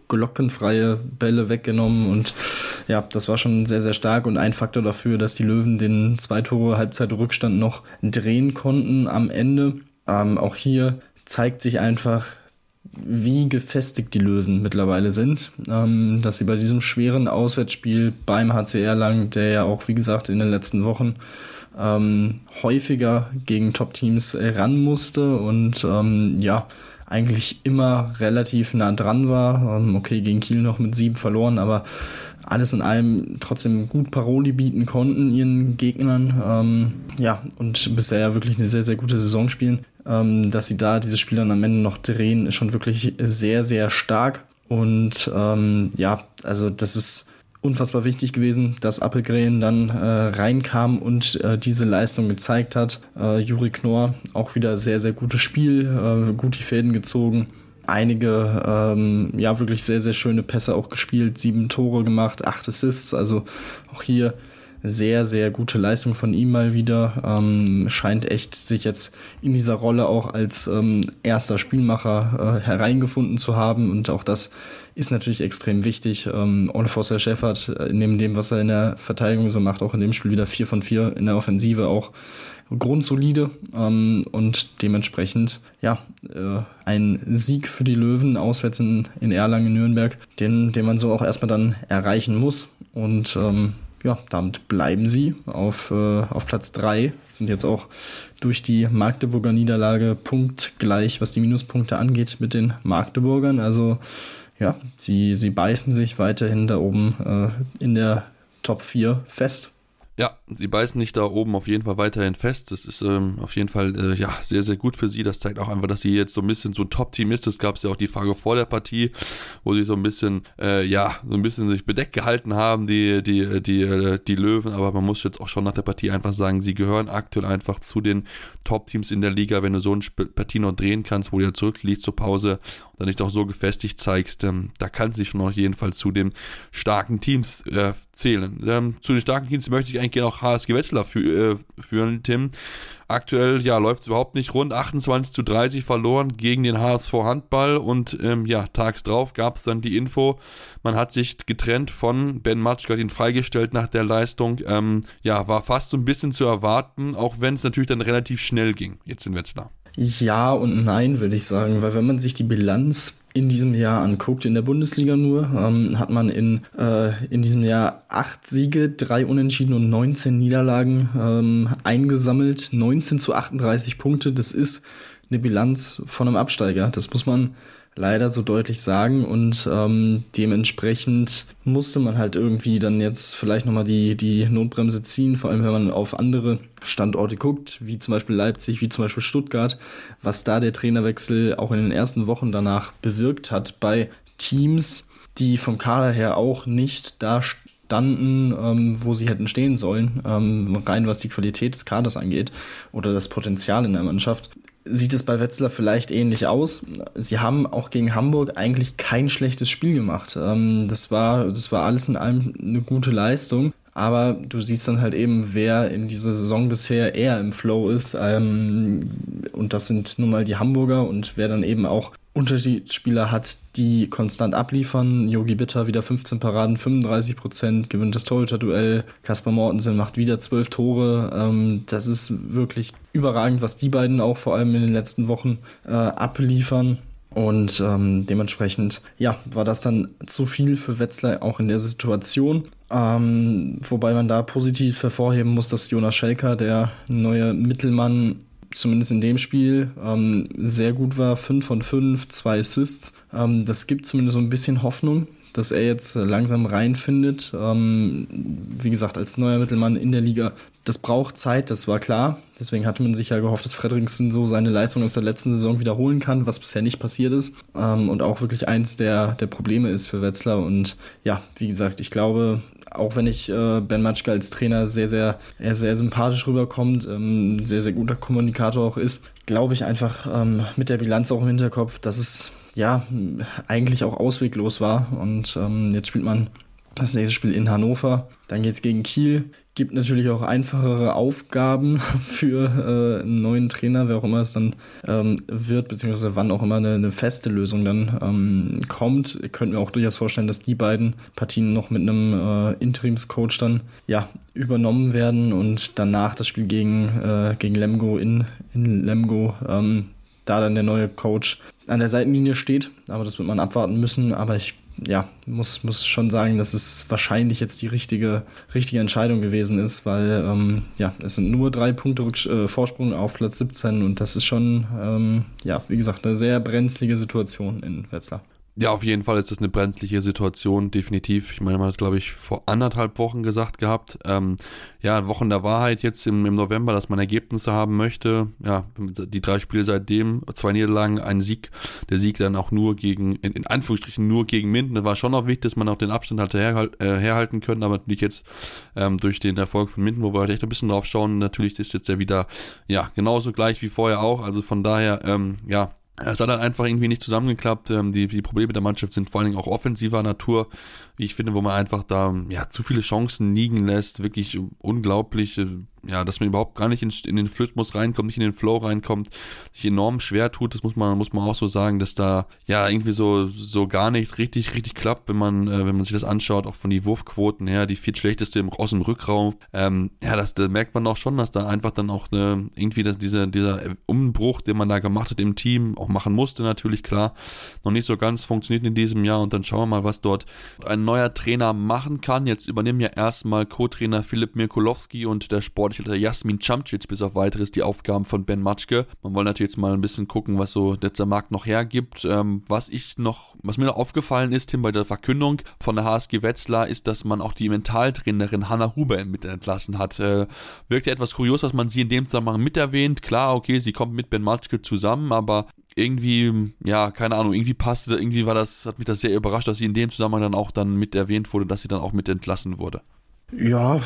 glockenfreie Bälle weggenommen und ja, das war schon sehr, sehr stark und ein Faktor dafür, dass die Löwen den zwei Tore Halbzeitrückstand noch drehen konnten am Ende. Ähm, auch hier zeigt sich einfach, wie gefestigt die Löwen mittlerweile sind, ähm, dass sie bei diesem schweren Auswärtsspiel beim H C Erlangen, der ja auch, wie gesagt, in den letzten Wochen ähm, häufiger gegen Top-Teams ran musste und ähm, ja, eigentlich immer relativ nah dran war. Ähm, okay, gegen Kiel noch mit sieben verloren, aber alles in allem trotzdem gut Paroli bieten konnten ihren Gegnern. Ähm, ja, und bisher ja wirklich eine sehr, sehr gute Saison spielen. Ähm, dass sie da diese Spiele dann am Ende noch drehen, ist schon wirklich sehr, sehr stark. Und ähm, ja, also das ist unfassbar wichtig gewesen, dass Appelgren dann äh, reinkam und äh, diese Leistung gezeigt hat. Äh, Juri Knorr auch wieder sehr, sehr gutes Spiel, äh, gut die Fäden gezogen. Einige, ähm, ja, wirklich sehr, sehr schöne Pässe auch gespielt, sieben Tore gemacht, acht Assists, also auch hier sehr, sehr gute Leistung von ihm mal wieder. Ähm, scheint echt sich jetzt in dieser Rolle auch als ähm, erster Spielmacher äh, hereingefunden zu haben und auch das ist natürlich extrem wichtig. Ähm, Ole Forster Schäffert, neben dem, was er in der Verteidigung so macht, auch in dem Spiel wieder vier von vier in der Offensive auch grundsolide ähm, und dementsprechend ja äh, ein Sieg für die Löwen auswärts in, in Erlangen, Nürnberg, den, den man so auch erstmal dann erreichen muss und ähm, ja, damit bleiben sie auf, äh, auf Platz drei, sind jetzt auch durch die Magdeburger Niederlage punktgleich, was die Minuspunkte angeht, mit den Magdeburgern. Also ja, sie, sie beißen sich weiterhin da oben äh, in der Top vier fest. Ja, sie beißen nicht da oben auf jeden Fall weiterhin fest. Das ist ähm, auf jeden Fall äh, ja sehr, sehr gut für sie. Das zeigt auch einfach, dass sie jetzt so ein bisschen so ein Top-Team ist. Das gab es ja auch die Frage vor der Partie, wo sie so ein bisschen, äh, ja, so ein bisschen sich bedeckt gehalten haben, die, die, die, äh, die Löwen. Aber man muss jetzt auch schon nach der Partie einfach sagen, sie gehören aktuell einfach zu den Top-Teams in der Liga. Wenn du so eine Partie noch drehen kannst, wo du ja zurückliegst zur Pause und dann nicht auch so gefestigt zeigst, ähm, da kann sie schon auf jeden Fall zu den starken Teams äh, zählen. Ähm, zu den starken Teams möchte ich eigentlich gerne auch H S G Wetzlar fü- äh, führen, Tim. Aktuell, ja, läuft es überhaupt nicht rund. achtundzwanzig zu dreißig verloren gegen den H S V Handball und ähm, ja, tags drauf gab es dann die Info, man hat sich getrennt von Ben Matschke, hat ihn freigestellt nach der Leistung. Ähm, ja, war fast so ein bisschen zu erwarten, auch wenn es natürlich dann relativ schnell ging, jetzt in Wetzlar. Ja und nein, würde ich sagen, weil wenn man sich die Bilanz in diesem Jahr anguckt, in der Bundesliga nur, ähm, hat man in, äh, in diesem Jahr acht Siege, drei Unentschieden und neunzehn Niederlagen ähm, eingesammelt, neunzehn zu achtunddreißig Punkte, das ist eine Bilanz von einem Absteiger, das muss man leider so deutlich sagen und ähm, dementsprechend musste man halt irgendwie dann jetzt vielleicht nochmal die, die Notbremse ziehen, vor allem wenn man auf andere Standorte guckt, wie zum Beispiel Leipzig, wie zum Beispiel Stuttgart, was da der Trainerwechsel auch in den ersten Wochen danach bewirkt hat bei Teams, die vom Kader her auch nicht da standen, ähm, wo sie hätten stehen sollen, ähm, rein was die Qualität des Kaders angeht oder das Potenzial in der Mannschaft. Sieht es bei Wetzlar vielleicht ähnlich aus. Sie haben auch gegen Hamburg eigentlich kein schlechtes Spiel gemacht. Ähm, das war, das war alles in allem eine gute Leistung. Aber du siehst dann halt eben, wer in dieser Saison bisher eher im Flow ist. Ähm, und das sind nun mal die Hamburger. Und wer dann eben auch Unterschiedsspieler hat, die konstant abliefern. Yogi Bitter wieder fünfzehn Paraden, fünfunddreißig Prozent, gewinnt das Torhüter-Duell. Kaspar Mortensen macht wieder zwölf Tore. Ähm, das ist wirklich überragend, was die beiden auch vor allem in den letzten Wochen äh, abliefern. Und ähm, dementsprechend, ja, war das dann zu viel für Wetzlar auch in der Situation. Ähm, wobei man da positiv hervorheben muss, dass Jonas Schelker, der neue Mittelmann, zumindest in dem Spiel, ähm, sehr gut war. fünf von fünf, zwei Assists. Ähm, das gibt zumindest so ein bisschen Hoffnung, dass er jetzt langsam reinfindet. Ähm, wie gesagt, als neuer Mittelmann in der Liga, das braucht Zeit, das war klar. Deswegen hatte man sich ja gehofft, dass Fredriksen so seine Leistung aus der letzten Saison wiederholen kann, was bisher nicht passiert ist. Ähm, und auch wirklich eins der, der Probleme ist für Wetzlar. Und ja, wie gesagt, ich glaube, auch wenn ich äh, Ben Matschke als Trainer sehr, sehr, er sehr sympathisch rüberkommt, ähm, sehr, sehr guter Kommunikator auch ist, glaube ich einfach ähm, mit der Bilanz auch im Hinterkopf, dass es ja eigentlich auch ausweglos war. Und ähm, jetzt spielt man Das nächste Spiel in Hannover. Dann geht es gegen Kiel. Gibt natürlich auch einfachere Aufgaben für äh, einen neuen Trainer, wer auch immer es dann ähm, wird, beziehungsweise wann auch immer eine, eine feste Lösung dann ähm, kommt. Ich könnte mir auch durchaus vorstellen, dass die beiden Partien noch mit einem äh, Interimscoach dann ja, übernommen werden und danach das Spiel gegen, äh, gegen Lemgo in, in Lemgo, ähm, da dann der neue Coach an der Seitenlinie steht. Aber das wird man abwarten müssen. Aber ich ja, muss, muss schon sagen, dass es wahrscheinlich jetzt die richtige, richtige Entscheidung gewesen ist, weil ähm, ja, es sind nur drei Punkte Rücks- äh, Vorsprung auf Platz siebzehn und das ist schon, ähm, ja, wie gesagt, eine sehr brenzlige Situation in Wetzlar. Ja, auf jeden Fall ist das eine brenzliche Situation, definitiv. Ich meine, man hat, glaube ich, vor anderthalb Wochen gesagt gehabt, ähm, ja, Wochen der Wahrheit jetzt im, im November, dass man Ergebnisse haben möchte. Ja, die drei Spiele seitdem, zwei Niederlagen, ein Sieg. Der Sieg dann auch nur gegen, in, in Anführungsstrichen nur gegen Minden. Das war schon auch wichtig, dass man auch den Abstand hatte herhal- äh, herhalten können, aber natürlich jetzt ähm, durch den Erfolg von Minden, wo wir halt echt ein bisschen drauf schauen, natürlich ist jetzt ja wieder, ja, genauso gleich wie vorher auch. Also von daher, ähm, ja, es hat halt einfach irgendwie nicht zusammengeklappt. Die, die Probleme der Mannschaft sind vor allen Dingen auch offensiver Natur, wie ich finde, wo man einfach da ja zu viele Chancen liegen lässt. Wirklich unglaublich, ja, dass man überhaupt gar nicht in, in den Rhythmus reinkommt, nicht in den Flow reinkommt, sich enorm schwer tut. Das muss man muss man auch so sagen, dass da ja irgendwie so so gar nichts richtig richtig klappt, wenn man äh, wenn man sich das anschaut, auch von den Wurfquoten her, die viertschlechteste im, aus dem Rückraum. Ähm, ja, das da merkt man auch schon, dass da einfach dann auch eine, irgendwie das, dieser dieser Umbruch, den man da gemacht hat im Team, auch machen musste natürlich, klar, noch nicht so ganz funktioniert in diesem Jahr und dann schauen wir mal, was dort ein neuer Trainer machen kann. Jetzt übernehmen ja erstmal Co-Trainer Filip Mirkulowski und der Sportleiter Jasmin Camcic bis auf weiteres die Aufgaben von Ben Matschke. Man wollte natürlich jetzt mal ein bisschen gucken, was so der Markt noch hergibt. Ähm, was ich noch, was mir noch aufgefallen ist, Tim, bei der Verkündung von der H S G Wetzlar, ist, dass man auch die Mentaltrainerin Hanna Huber mit entlassen hat. Äh, wirkt ja etwas kurios, dass man sie in dem Zusammenhang mit erwähnt. Klar, okay, sie kommt mit Ben Matschke zusammen, aber irgendwie, ja, keine Ahnung, irgendwie passte, irgendwie war das, hat mich das sehr überrascht, dass sie in dem Zusammenhang dann auch dann mit erwähnt wurde, dass sie dann auch mit entlassen wurde. Ja,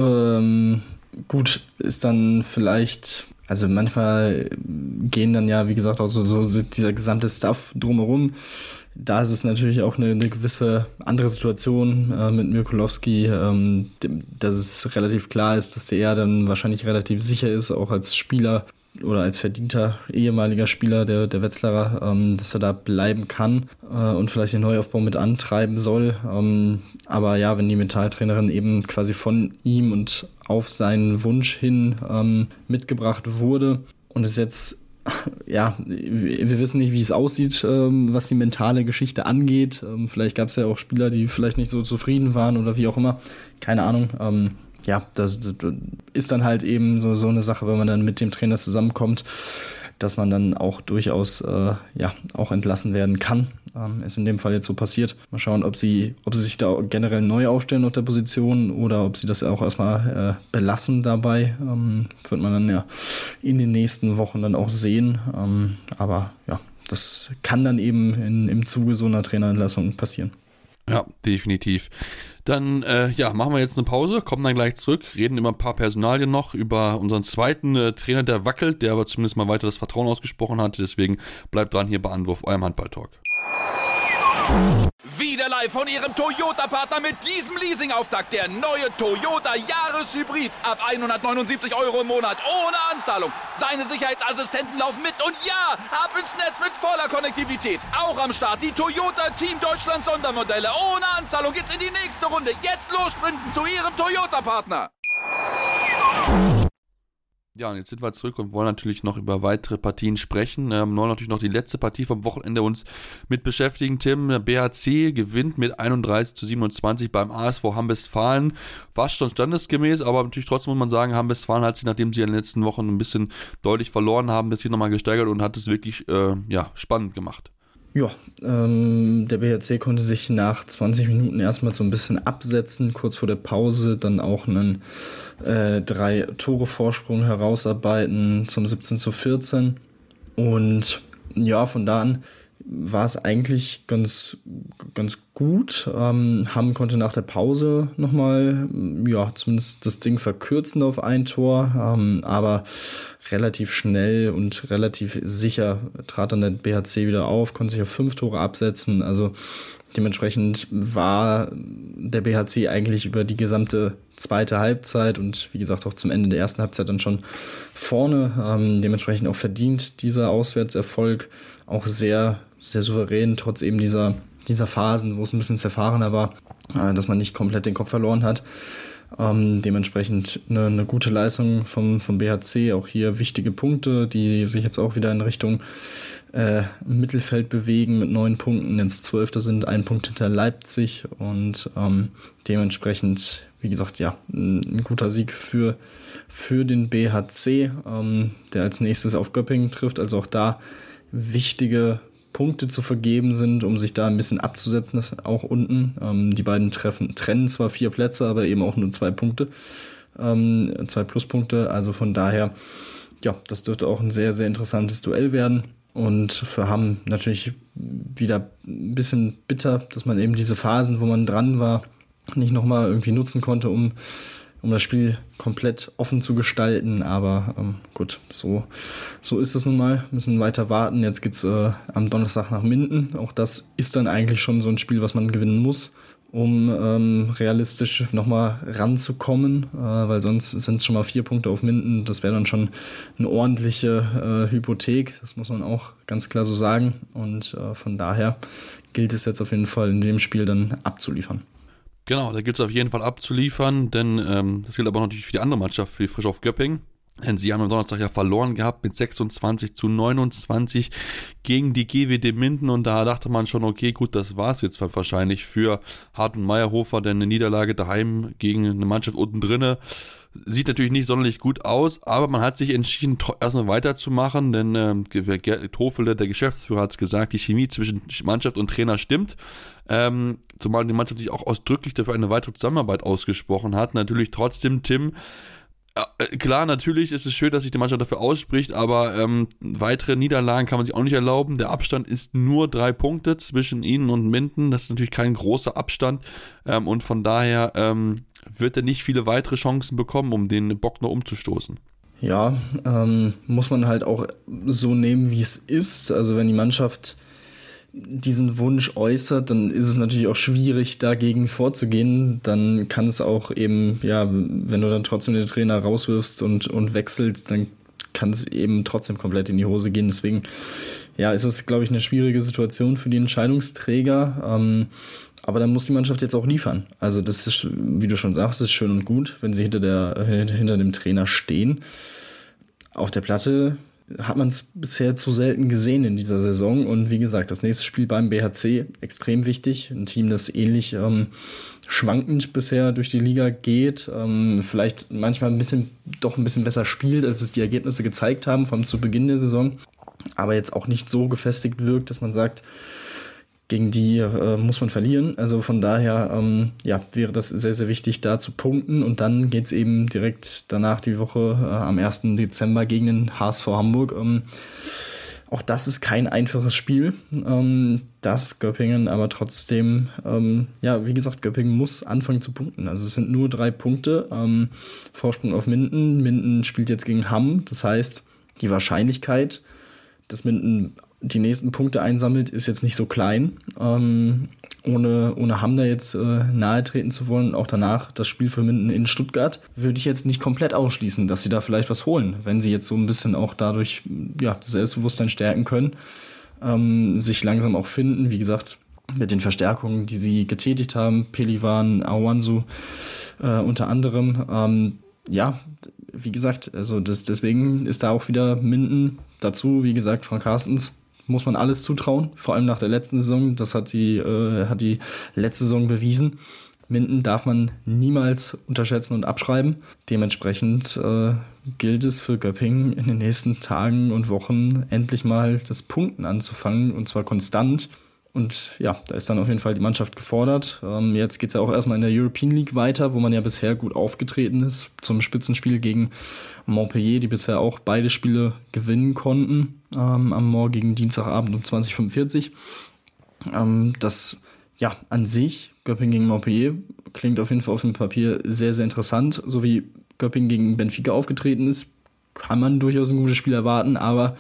ähm, gut, ist dann vielleicht, also manchmal gehen dann ja, wie gesagt, auch so, so dieser gesamte Stuff drumherum. Da ist es natürlich auch eine, eine gewisse andere Situation äh, mit Mirkulowski, ähm, dass es relativ klar ist, dass der eher dann wahrscheinlich relativ sicher ist, auch als Spieler oder als verdienter ehemaliger Spieler der, der Wetzlarer, ähm, dass er da bleiben kann äh, und vielleicht den Neuaufbau mit antreiben soll. Ähm, aber ja, wenn die Mentaltrainerin eben quasi von ihm und auf seinen Wunsch hin ähm, mitgebracht wurde und es jetzt, ja, wir wissen nicht, wie es aussieht, ähm, was die mentale Geschichte angeht. Ähm, vielleicht gab es ja auch Spieler, die vielleicht nicht so zufrieden waren oder wie auch immer. Keine Ahnung. Ähm, Ja, das, das ist dann halt eben so, so eine Sache, wenn man dann mit dem Trainer zusammenkommt, dass man dann auch durchaus äh, ja, auch entlassen werden kann. Ähm, ist in dem Fall jetzt so passiert. Mal schauen, ob sie, ob sie sich da generell neu aufstellen auf der Position oder ob sie das auch erstmal äh, belassen dabei. Ähm, wird man dann ja in den nächsten Wochen dann auch sehen. Ähm, aber ja, das kann dann eben in, im Zuge so einer Trainerentlassung passieren. Ja, definitiv. Dann äh, ja, machen wir jetzt eine Pause, kommen dann gleich zurück, reden über ein paar Personalien noch, über unseren zweiten äh, Trainer, der wackelt, der aber zumindest mal weiter das Vertrauen ausgesprochen hatte. Deswegen bleibt dran hier bei Anwurf, eurem Handball-Talk. Wieder live von Ihrem Toyota-Partner mit diesem Leasing-Auftakt. Der neue Toyota Jahreshybrid. Ab hundertneunundsiebzig Euro im Monat. Ohne Anzahlung. Seine Sicherheitsassistenten laufen mit. Und ja, ab ins Netz mit voller Konnektivität. Auch am Start die Toyota Team Deutschland Sondermodelle. Ohne Anzahlung geht's in die nächste Runde. Jetzt los sprinten zu Ihrem Toyota-Partner. Ja, und jetzt sind wir zurück und wollen natürlich noch über weitere Partien sprechen. Ähm, wollen natürlich noch die letzte Partie vom Wochenende uns mit beschäftigen. Tim, der B H C gewinnt mit einunddreißig zu siebenundzwanzig beim A S V Hamm-Westfalen. War schon standesgemäß, aber natürlich trotzdem muss man sagen, Hamm-Westfalen hat sich, nachdem sie in den letzten Wochen ein bisschen deutlich verloren haben, das hier nochmal gesteigert und hat es wirklich äh, ja, spannend gemacht. Ja, ähm, der B H C konnte sich nach zwanzig Minuten erstmal so ein bisschen absetzen, kurz vor der Pause dann auch einen äh, drei Tore Vorsprung herausarbeiten zum siebzehn zu vierzehn und ja, von da an war es eigentlich ganz, ganz gut. Ähm, Hamm konnte nach der Pause nochmal, ja, zumindest das Ding verkürzen auf ein Tor, ähm, aber relativ schnell und relativ sicher trat dann der B H C wieder auf, konnte sich auf fünf Tore absetzen. Also dementsprechend war der B H C eigentlich über die gesamte zweite Halbzeit und wie gesagt auch zum Ende der ersten Halbzeit dann schon vorne. Ähm, dementsprechend auch verdient dieser Auswärtserfolg, auch sehr, sehr souverän, trotz eben dieser, dieser Phasen, wo es ein bisschen zerfahrener war, äh, dass man nicht komplett den Kopf verloren hat. Ähm, dementsprechend eine, eine gute Leistung vom, vom B H C, auch hier wichtige Punkte, die sich jetzt auch wieder in Richtung äh, Mittelfeld bewegen mit neun Punkten, jetzt Zwölfter sind, ein Punkt hinter Leipzig und ähm, dementsprechend, wie gesagt, ja, ein, ein guter Sieg für, für den B H C, ähm, der als nächstes auf Göppingen trifft, also auch da wichtige Punkte zu vergeben sind, um sich da ein bisschen abzusetzen, auch unten. Ähm, die beiden treffen, trennen zwar vier Plätze, aber eben auch nur zwei Punkte, ähm, zwei Pluspunkte. Also von daher, ja, das dürfte auch ein sehr, sehr interessantes Duell werden. Und für Hamm natürlich wieder ein bisschen bitter, dass man eben diese Phasen, wo man dran war, nicht nochmal irgendwie nutzen konnte, um um das Spiel komplett offen zu gestalten, aber ähm, gut, so, so ist es nun mal, müssen weiter warten. Jetzt geht's äh, am Donnerstag nach Minden, auch das ist dann eigentlich schon so ein Spiel, was man gewinnen muss, um ähm, realistisch nochmal ranzukommen, äh, weil sonst sind es schon mal vier Punkte auf Minden, das wäre dann schon eine ordentliche äh, Hypothek, das muss man auch ganz klar so sagen und äh, von daher gilt es jetzt auf jeden Fall in dem Spiel dann abzuliefern. Genau, da gilt es auf jeden Fall abzuliefern, denn ähm, das gilt aber auch natürlich für die andere Mannschaft, für die Frisch auf Göppingen. Denn sie haben am Donnerstag ja verloren gehabt mit sechsundzwanzig zu neunundzwanzig gegen die G W D Minden und da dachte man schon, okay, gut, das war es jetzt wahrscheinlich für Hart und Meyerhofer, denn eine Niederlage daheim gegen eine Mannschaft unten drinne sieht natürlich nicht sonderlich gut aus, aber man hat sich entschieden, erstmal weiterzumachen, denn ähm, Gerd Hofele, der Geschäftsführer, hat gesagt, die Chemie zwischen Mannschaft und Trainer stimmt, ähm, zumal die Mannschaft sich auch ausdrücklich dafür eine weitere Zusammenarbeit ausgesprochen hat. Natürlich trotzdem, Tim, äh, klar, natürlich ist es schön, dass sich die Mannschaft dafür ausspricht, aber ähm, weitere Niederlagen kann man sich auch nicht erlauben. Der Abstand ist nur drei Punkte zwischen ihnen und Minden, das ist natürlich kein großer Abstand ähm, und von daher ähm, wird er nicht viele weitere Chancen bekommen, um den Bock noch umzustoßen. Ja, ähm, muss man halt auch so nehmen, wie es ist. Also wenn die Mannschaft diesen Wunsch äußert, dann ist es natürlich auch schwierig, dagegen vorzugehen. Dann kann es auch eben, ja, wenn du dann trotzdem den Trainer rauswirfst und, und wechselst, dann kann es eben trotzdem komplett in die Hose gehen. Deswegen, ja, ist es, glaube ich, eine schwierige Situation für die Entscheidungsträger. Ähm, Aber dann muss die Mannschaft jetzt auch liefern. Also das ist, wie du schon sagst, ist schön und gut, wenn sie hinter, der, hinter dem Trainer stehen. Auf der Platte hat man es bisher zu selten gesehen in dieser Saison. Und wie gesagt, das nächste Spiel beim B H C, extrem wichtig. Ein Team, das ähnlich ähm, schwankend bisher durch die Liga geht. Ähm, vielleicht manchmal ein bisschen, doch ein bisschen besser spielt, als es die Ergebnisse gezeigt haben, vom zu Beginn der Saison. Aber jetzt auch nicht so gefestigt wirkt, dass man sagt, gegen die äh, muss man verlieren. Also von daher ähm, ja, wäre das sehr, sehr wichtig, da zu punkten. Und dann geht es eben direkt danach die Woche äh, am ersten Dezember gegen den H S V Hamburg. Ähm, auch das ist kein einfaches Spiel. Ähm, das Göppingen aber trotzdem, ähm, ja, wie gesagt, Göppingen muss anfangen zu punkten. Also es sind nur drei Punkte. Ähm, Vorsprung auf Minden. Minden spielt jetzt gegen Hamm. Das heißt, die Wahrscheinlichkeit, dass Minden die nächsten Punkte einsammelt, ist jetzt nicht so klein. Ähm, ohne, ohne Hamm da jetzt äh, nahe treten zu wollen, auch danach das Spiel für Minden in Stuttgart, würde ich jetzt nicht komplett ausschließen, dass sie da vielleicht was holen, wenn sie jetzt so ein bisschen auch dadurch ja, das Selbstbewusstsein stärken können, ähm, sich langsam auch finden. Wie gesagt, mit den Verstärkungen, die sie getätigt haben, Pelivan, Awansu äh, unter anderem. Ähm, ja, wie gesagt, also das, deswegen ist da auch wieder Minden dazu, wie gesagt, Frank Carstens muss man alles zutrauen, vor allem nach der letzten Saison. Das hat die, äh, hat die letzte Saison bewiesen. Minden darf man niemals unterschätzen und abschreiben. Dementsprechend äh, gilt es für Göppingen in den nächsten Tagen und Wochen endlich mal das Punkten anzufangen, und zwar konstant. Und ja, da ist dann auf jeden Fall die Mannschaft gefordert. Ähm, jetzt geht es ja auch erstmal in der European League weiter, wo man ja bisher gut aufgetreten ist, zum Spitzenspiel gegen Montpellier, die bisher auch beide Spiele gewinnen konnten, ähm, am morgigen Dienstagabend um zwanzig Uhr fünfundvierzig. Ähm, das ja, an sich, Göppingen gegen Montpellier klingt auf jeden Fall auf dem Papier sehr, sehr interessant. So wie Göppingen gegen Benfica aufgetreten ist, kann man durchaus ein gutes Spiel erwarten, aber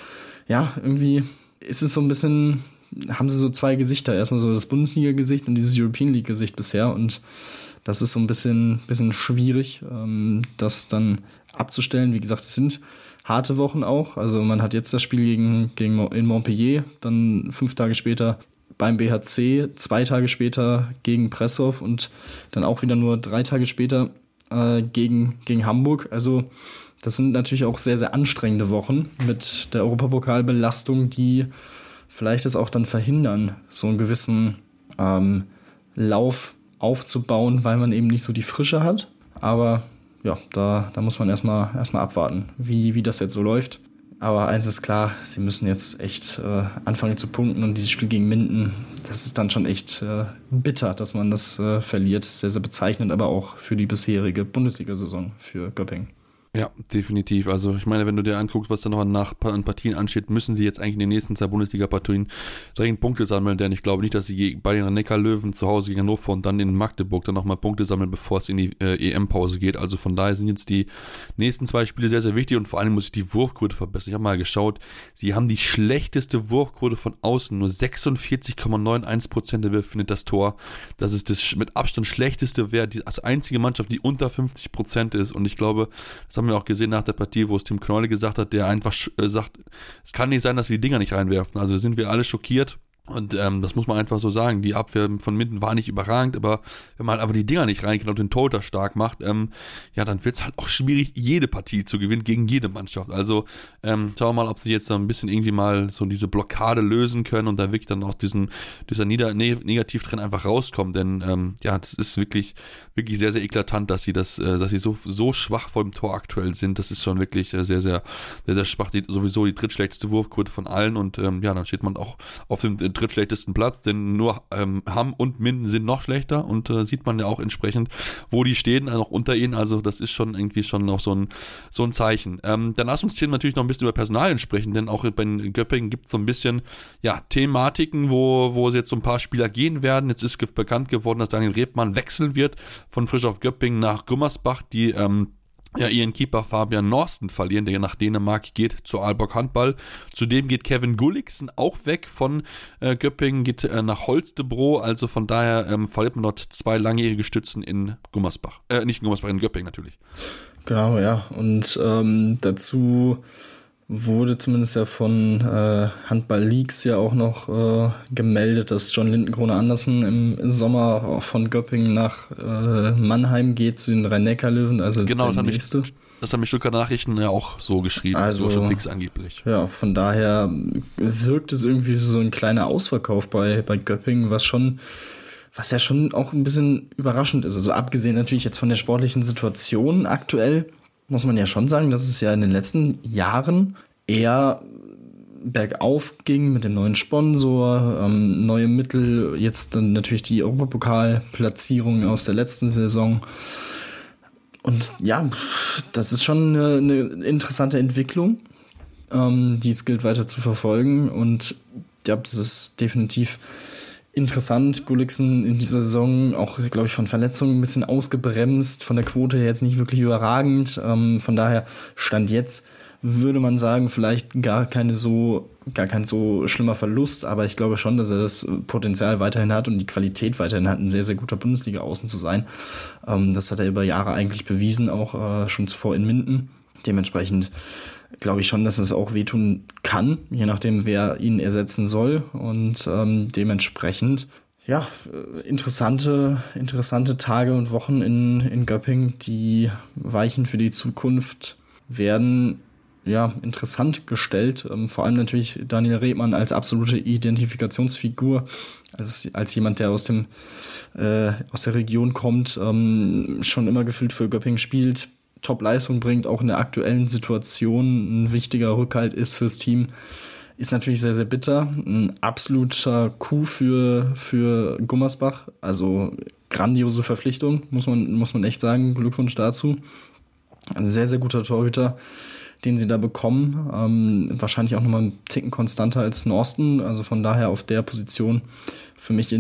ja, irgendwie ist es so ein bisschen, haben sie so zwei Gesichter. Erstmal so das Bundesliga-Gesicht und dieses European League-Gesicht bisher und das ist so ein bisschen, bisschen schwierig, ähm, das dann abzustellen. Wie gesagt, es sind harte Wochen auch. Also man hat jetzt das Spiel gegen, gegen in Montpellier, dann fünf Tage später beim B H C, zwei Tage später gegen Presshoff und dann auch wieder nur drei Tage später äh, gegen, gegen Hamburg. Also das sind natürlich auch sehr, sehr anstrengende Wochen mit der Europapokalbelastung, die vielleicht es auch dann verhindern, so einen gewissen ähm, Lauf aufzubauen, weil man eben nicht so die Frische hat. Aber ja, da, da muss man erstmal erstmal abwarten, wie, wie das jetzt so läuft. Aber eins ist klar, sie müssen jetzt echt äh, anfangen zu punkten und dieses Spiel gegen Minden, das ist dann schon echt äh, bitter, dass man das äh, verliert. Sehr, sehr bezeichnend, aber auch für die bisherige Bundesliga-Saison für Göppingen. Ja, definitiv. Also ich meine, wenn du dir anguckst, was da noch nach an Partien ansteht, müssen sie jetzt eigentlich in den nächsten zwei Bundesliga-Partien dringend Punkte sammeln, denn ich glaube nicht, dass sie bei den Neckar-Löwen zu Hause gegen Hannover und dann in Magdeburg dann nochmal Punkte sammeln, bevor es in die äh, E M-Pause geht. Also von daher sind jetzt die nächsten zwei Spiele sehr, sehr wichtig und vor allem muss ich die Wurfquote verbessern. Ich habe mal geschaut, sie haben die schlechteste Wurfquote von außen, nur sechsundvierzig Komma einundneunzig Prozent der Würfe findet das Tor. Das ist das mit Abstand schlechteste Wert, die als einzige Mannschaft, die unter fünfzig Prozent ist und ich glaube, das haben wir auch gesehen nach der Partie, wo es Tim Knolle gesagt hat, der einfach äh, sagt, es kann nicht sein, dass wir die Dinger nicht reinwerfen. Also sind wir alle schockiert. Und ähm, das muss man einfach so sagen. Die Abwehr von Minden war nicht überragend, aber wenn man halt aber die Dinger nicht reinkriegt und den Torhüter stark macht, ähm, ja, dann wird es halt auch schwierig, jede Partie zu gewinnen gegen jede Mannschaft. Also ähm, schauen wir mal, ob sie jetzt so ein bisschen irgendwie mal so diese Blockade lösen können und da wirklich dann auch diesen dieser Nieder- ne- Negativtrend einfach rauskommen. Denn ähm, ja, das ist wirklich wirklich sehr, sehr eklatant, dass sie das, äh, dass sie so so schwach vor dem Tor aktuell sind. Das ist schon wirklich äh, sehr, sehr, sehr, sehr schwach. Die, sowieso die drittschlechteste Wurfquote von allen und ähm, ja, dann steht man auch auf dem äh, drittschlechtesten Platz, denn nur ähm, Hamm und Minden sind noch schlechter und äh, sieht man ja auch entsprechend, wo die stehen, noch unter ihnen, also das ist schon irgendwie schon noch so ein, so ein Zeichen. Ähm, dann lass uns hier natürlich noch ein bisschen über Personalien sprechen, denn auch bei Göppingen gibt es so ein bisschen, ja, Thematiken, wo, wo jetzt so ein paar Spieler gehen werden. Jetzt ist ge- bekannt geworden, dass Daniel Rebmann wechseln wird von Frisch auf Göppingen nach Gummersbach, die ähm, ja, ihren Keeper Fabian Norsten verlieren, der nach Dänemark geht zu Aalborg Handball. Zudem geht Kevin Gulliksen auch weg von äh, Göppingen, geht äh, nach Holstebro, also von daher ähm, verliert man dort zwei langjährige Stützen in Gummersbach. Äh, nicht in Gummersbach, in Göppingen natürlich. Genau, ja. Und ähm, dazu wurde zumindest ja von äh, Handball Leaks ja auch noch äh, gemeldet, dass John Lindenkrone Andersen im Sommer auch von Göppingen nach äh, Mannheim geht zu den Rhein-Neckar-Löwen, also genau, der das nächste. Mich, das haben die Stuttgarter Nachrichten ja auch so geschrieben, also, Social Fix angeblich. Ja, von daher wirkt es irgendwie so ein kleiner Ausverkauf bei, bei Göppingen, was schon was ja schon auch ein bisschen überraschend ist. Also abgesehen natürlich jetzt von der sportlichen Situation aktuell, muss man ja schon sagen, dass es ja in den letzten Jahren eher bergauf ging mit dem neuen Sponsor, ähm, neue Mittel, jetzt dann natürlich die Europapokalplatzierung aus der letzten Saison. Und ja, das ist schon eine, eine interessante Entwicklung, ähm, die es gilt weiter zu verfolgen. Und ja, das ist definitiv interessant. Gulliksen in dieser Saison auch, glaube ich, von Verletzungen ein bisschen ausgebremst, von der Quote her jetzt nicht wirklich überragend. Ähm, von daher Stand jetzt würde man sagen, vielleicht gar keine so, gar kein so schlimmer Verlust, aber ich glaube schon, dass er das Potenzial weiterhin hat und die Qualität weiterhin hat, ein sehr, sehr guter Bundesliga-Außen zu sein. Ähm, das hat er über Jahre eigentlich bewiesen, auch äh, schon zuvor in Minden. Dementsprechend glaube ich schon, dass es auch wehtun kann, je nachdem, wer ihn ersetzen soll. Und ähm, dementsprechend, ja, interessante, interessante Tage und Wochen in, in Göppingen. Die Weichen für die Zukunft werden ja interessant gestellt. Ähm, vor allem natürlich Daniel Rebmann als absolute Identifikationsfigur, als, als jemand, der aus dem äh, aus der Region kommt, ähm, schon immer gefühlt für Göppingen spielt, Top-Leistung bringt, auch in der aktuellen Situation ein wichtiger Rückhalt ist fürs Team, ist natürlich sehr, sehr bitter. Ein absoluter Coup für, für Gummersbach, also grandiose Verpflichtung, muss man, muss man echt sagen. Glückwunsch dazu. Ein sehr, sehr guter Torhüter, den sie da bekommen. Ähm, wahrscheinlich auch nochmal einen Ticken konstanter als Norsten, also von daher auf der Position für mich in,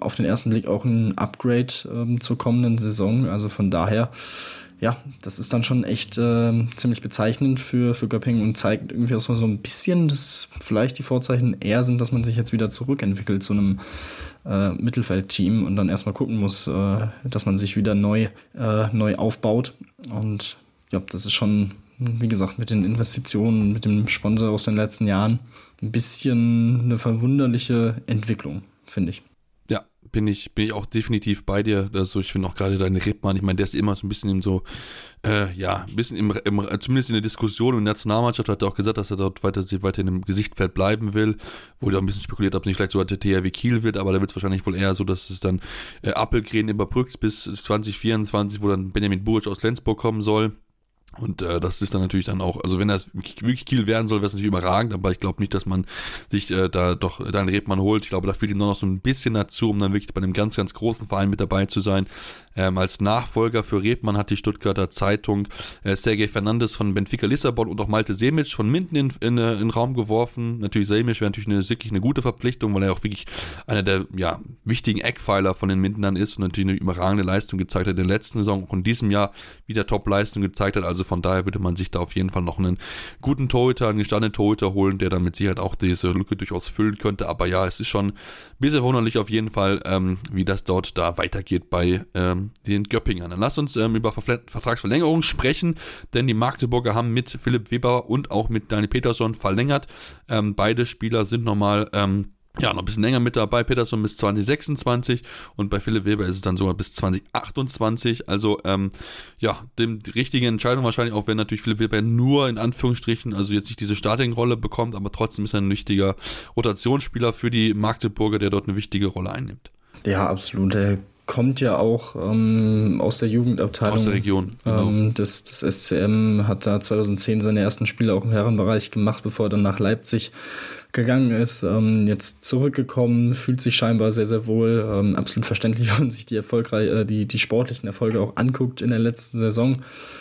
auf den ersten Blick auch ein Upgrade ähm, zur kommenden Saison. Also von daher, ja, das ist dann schon echt äh, ziemlich bezeichnend für, für Göppingen und zeigt irgendwie auch so ein bisschen, dass vielleicht die Vorzeichen eher sind, dass man sich jetzt wieder zurückentwickelt zu einem äh, Mittelfeldteam und dann erstmal gucken muss, äh, dass man sich wieder neu, äh, neu aufbaut. Und ja, das ist schon, wie gesagt, mit den Investitionen, mit dem Sponsor aus den letzten Jahren ein bisschen eine verwunderliche Entwicklung, finde ich. Ja, bin ich, bin ich auch definitiv bei dir. Also ich finde auch gerade deinen Rebmann, ich meine, der ist immer so ein bisschen im so, äh, ja, ein bisschen im, im, zumindest in der Diskussion in der Nationalmannschaft hat er auch gesagt, dass er dort weiter, weiter in dem Gesichtfeld bleiben will. Wurde auch ein bisschen spekuliert, ob nicht vielleicht sogar der T H W Kiel wird, aber da wird es wahrscheinlich wohl eher so, dass es dann äh, Appelgren überbrückt bis zwanzig vierundzwanzig, wo dann Benjamin Buric aus Flensburg kommen soll. Und äh, das ist dann natürlich dann auch, also wenn das wirklich Kiel werden soll, wäre es natürlich überragend, aber ich glaube nicht, dass man sich äh, da doch Daniel Rebmann holt. Ich glaube, da fehlt ihm noch so ein bisschen dazu, um dann wirklich bei einem ganz, ganz großen Verein mit dabei zu sein. Ähm, als Nachfolger für Rebmann hat die Stuttgarter Zeitung äh, Sergej Fernandes von Benfica Lissabon und auch Malte Semic von Minden in, in, in den Raum geworfen. Natürlich Semic wäre natürlich eine, wirklich eine gute Verpflichtung, weil er auch wirklich einer der ja, wichtigen Eckpfeiler von den Mindenern ist und natürlich eine überragende Leistung gezeigt hat in der letzten Saison, auch in diesem Jahr wieder Top-Leistung gezeigt hat. Also von daher würde man sich da auf jeden Fall noch einen guten Torhüter, einen gestandenen Torhüter holen, der dann mit Sicherheit auch diese Lücke durchaus füllen könnte. Aber ja, es ist schon ein bisschen verwunderlich auf jeden Fall, ähm, wie das dort da weitergeht bei ähm, den Göppingern. Dann lass uns ähm, über Ver- Vertragsverlängerung sprechen, denn die Magdeburger haben mit Philipp Weber und auch mit Daniel Peterson verlängert. Ähm, beide Spieler sind nochmal ähm, ja, noch ein bisschen länger mit dabei. Peterson bis zwanzig sechsundzwanzig und bei Philipp Weber ist es dann sogar bis zwanzig achtundzwanzig. Also, ähm, ja, dem, die richtige Entscheidung wahrscheinlich, auch wenn natürlich Philipp Weber nur in Anführungsstrichen, also jetzt nicht diese Starting-Rolle bekommt, aber trotzdem ist er ein wichtiger Rotationsspieler für die Magdeburger, der dort eine wichtige Rolle einnimmt. Ja, absolut. Der kommt ja auch ähm, aus der Jugendabteilung. Aus der Region, genau. Ähm, das, das S C M hat da zweitausendzehn seine ersten Spiele auch im Herrenbereich gemacht, bevor er dann nach Leipzig gegangen ist. Ähm, jetzt zurückgekommen, fühlt sich scheinbar sehr, sehr wohl. Ähm, absolut verständlich, wenn man sich die, erfolgreich, äh, die, die sportlichen Erfolge auch anguckt in der letzten Saison.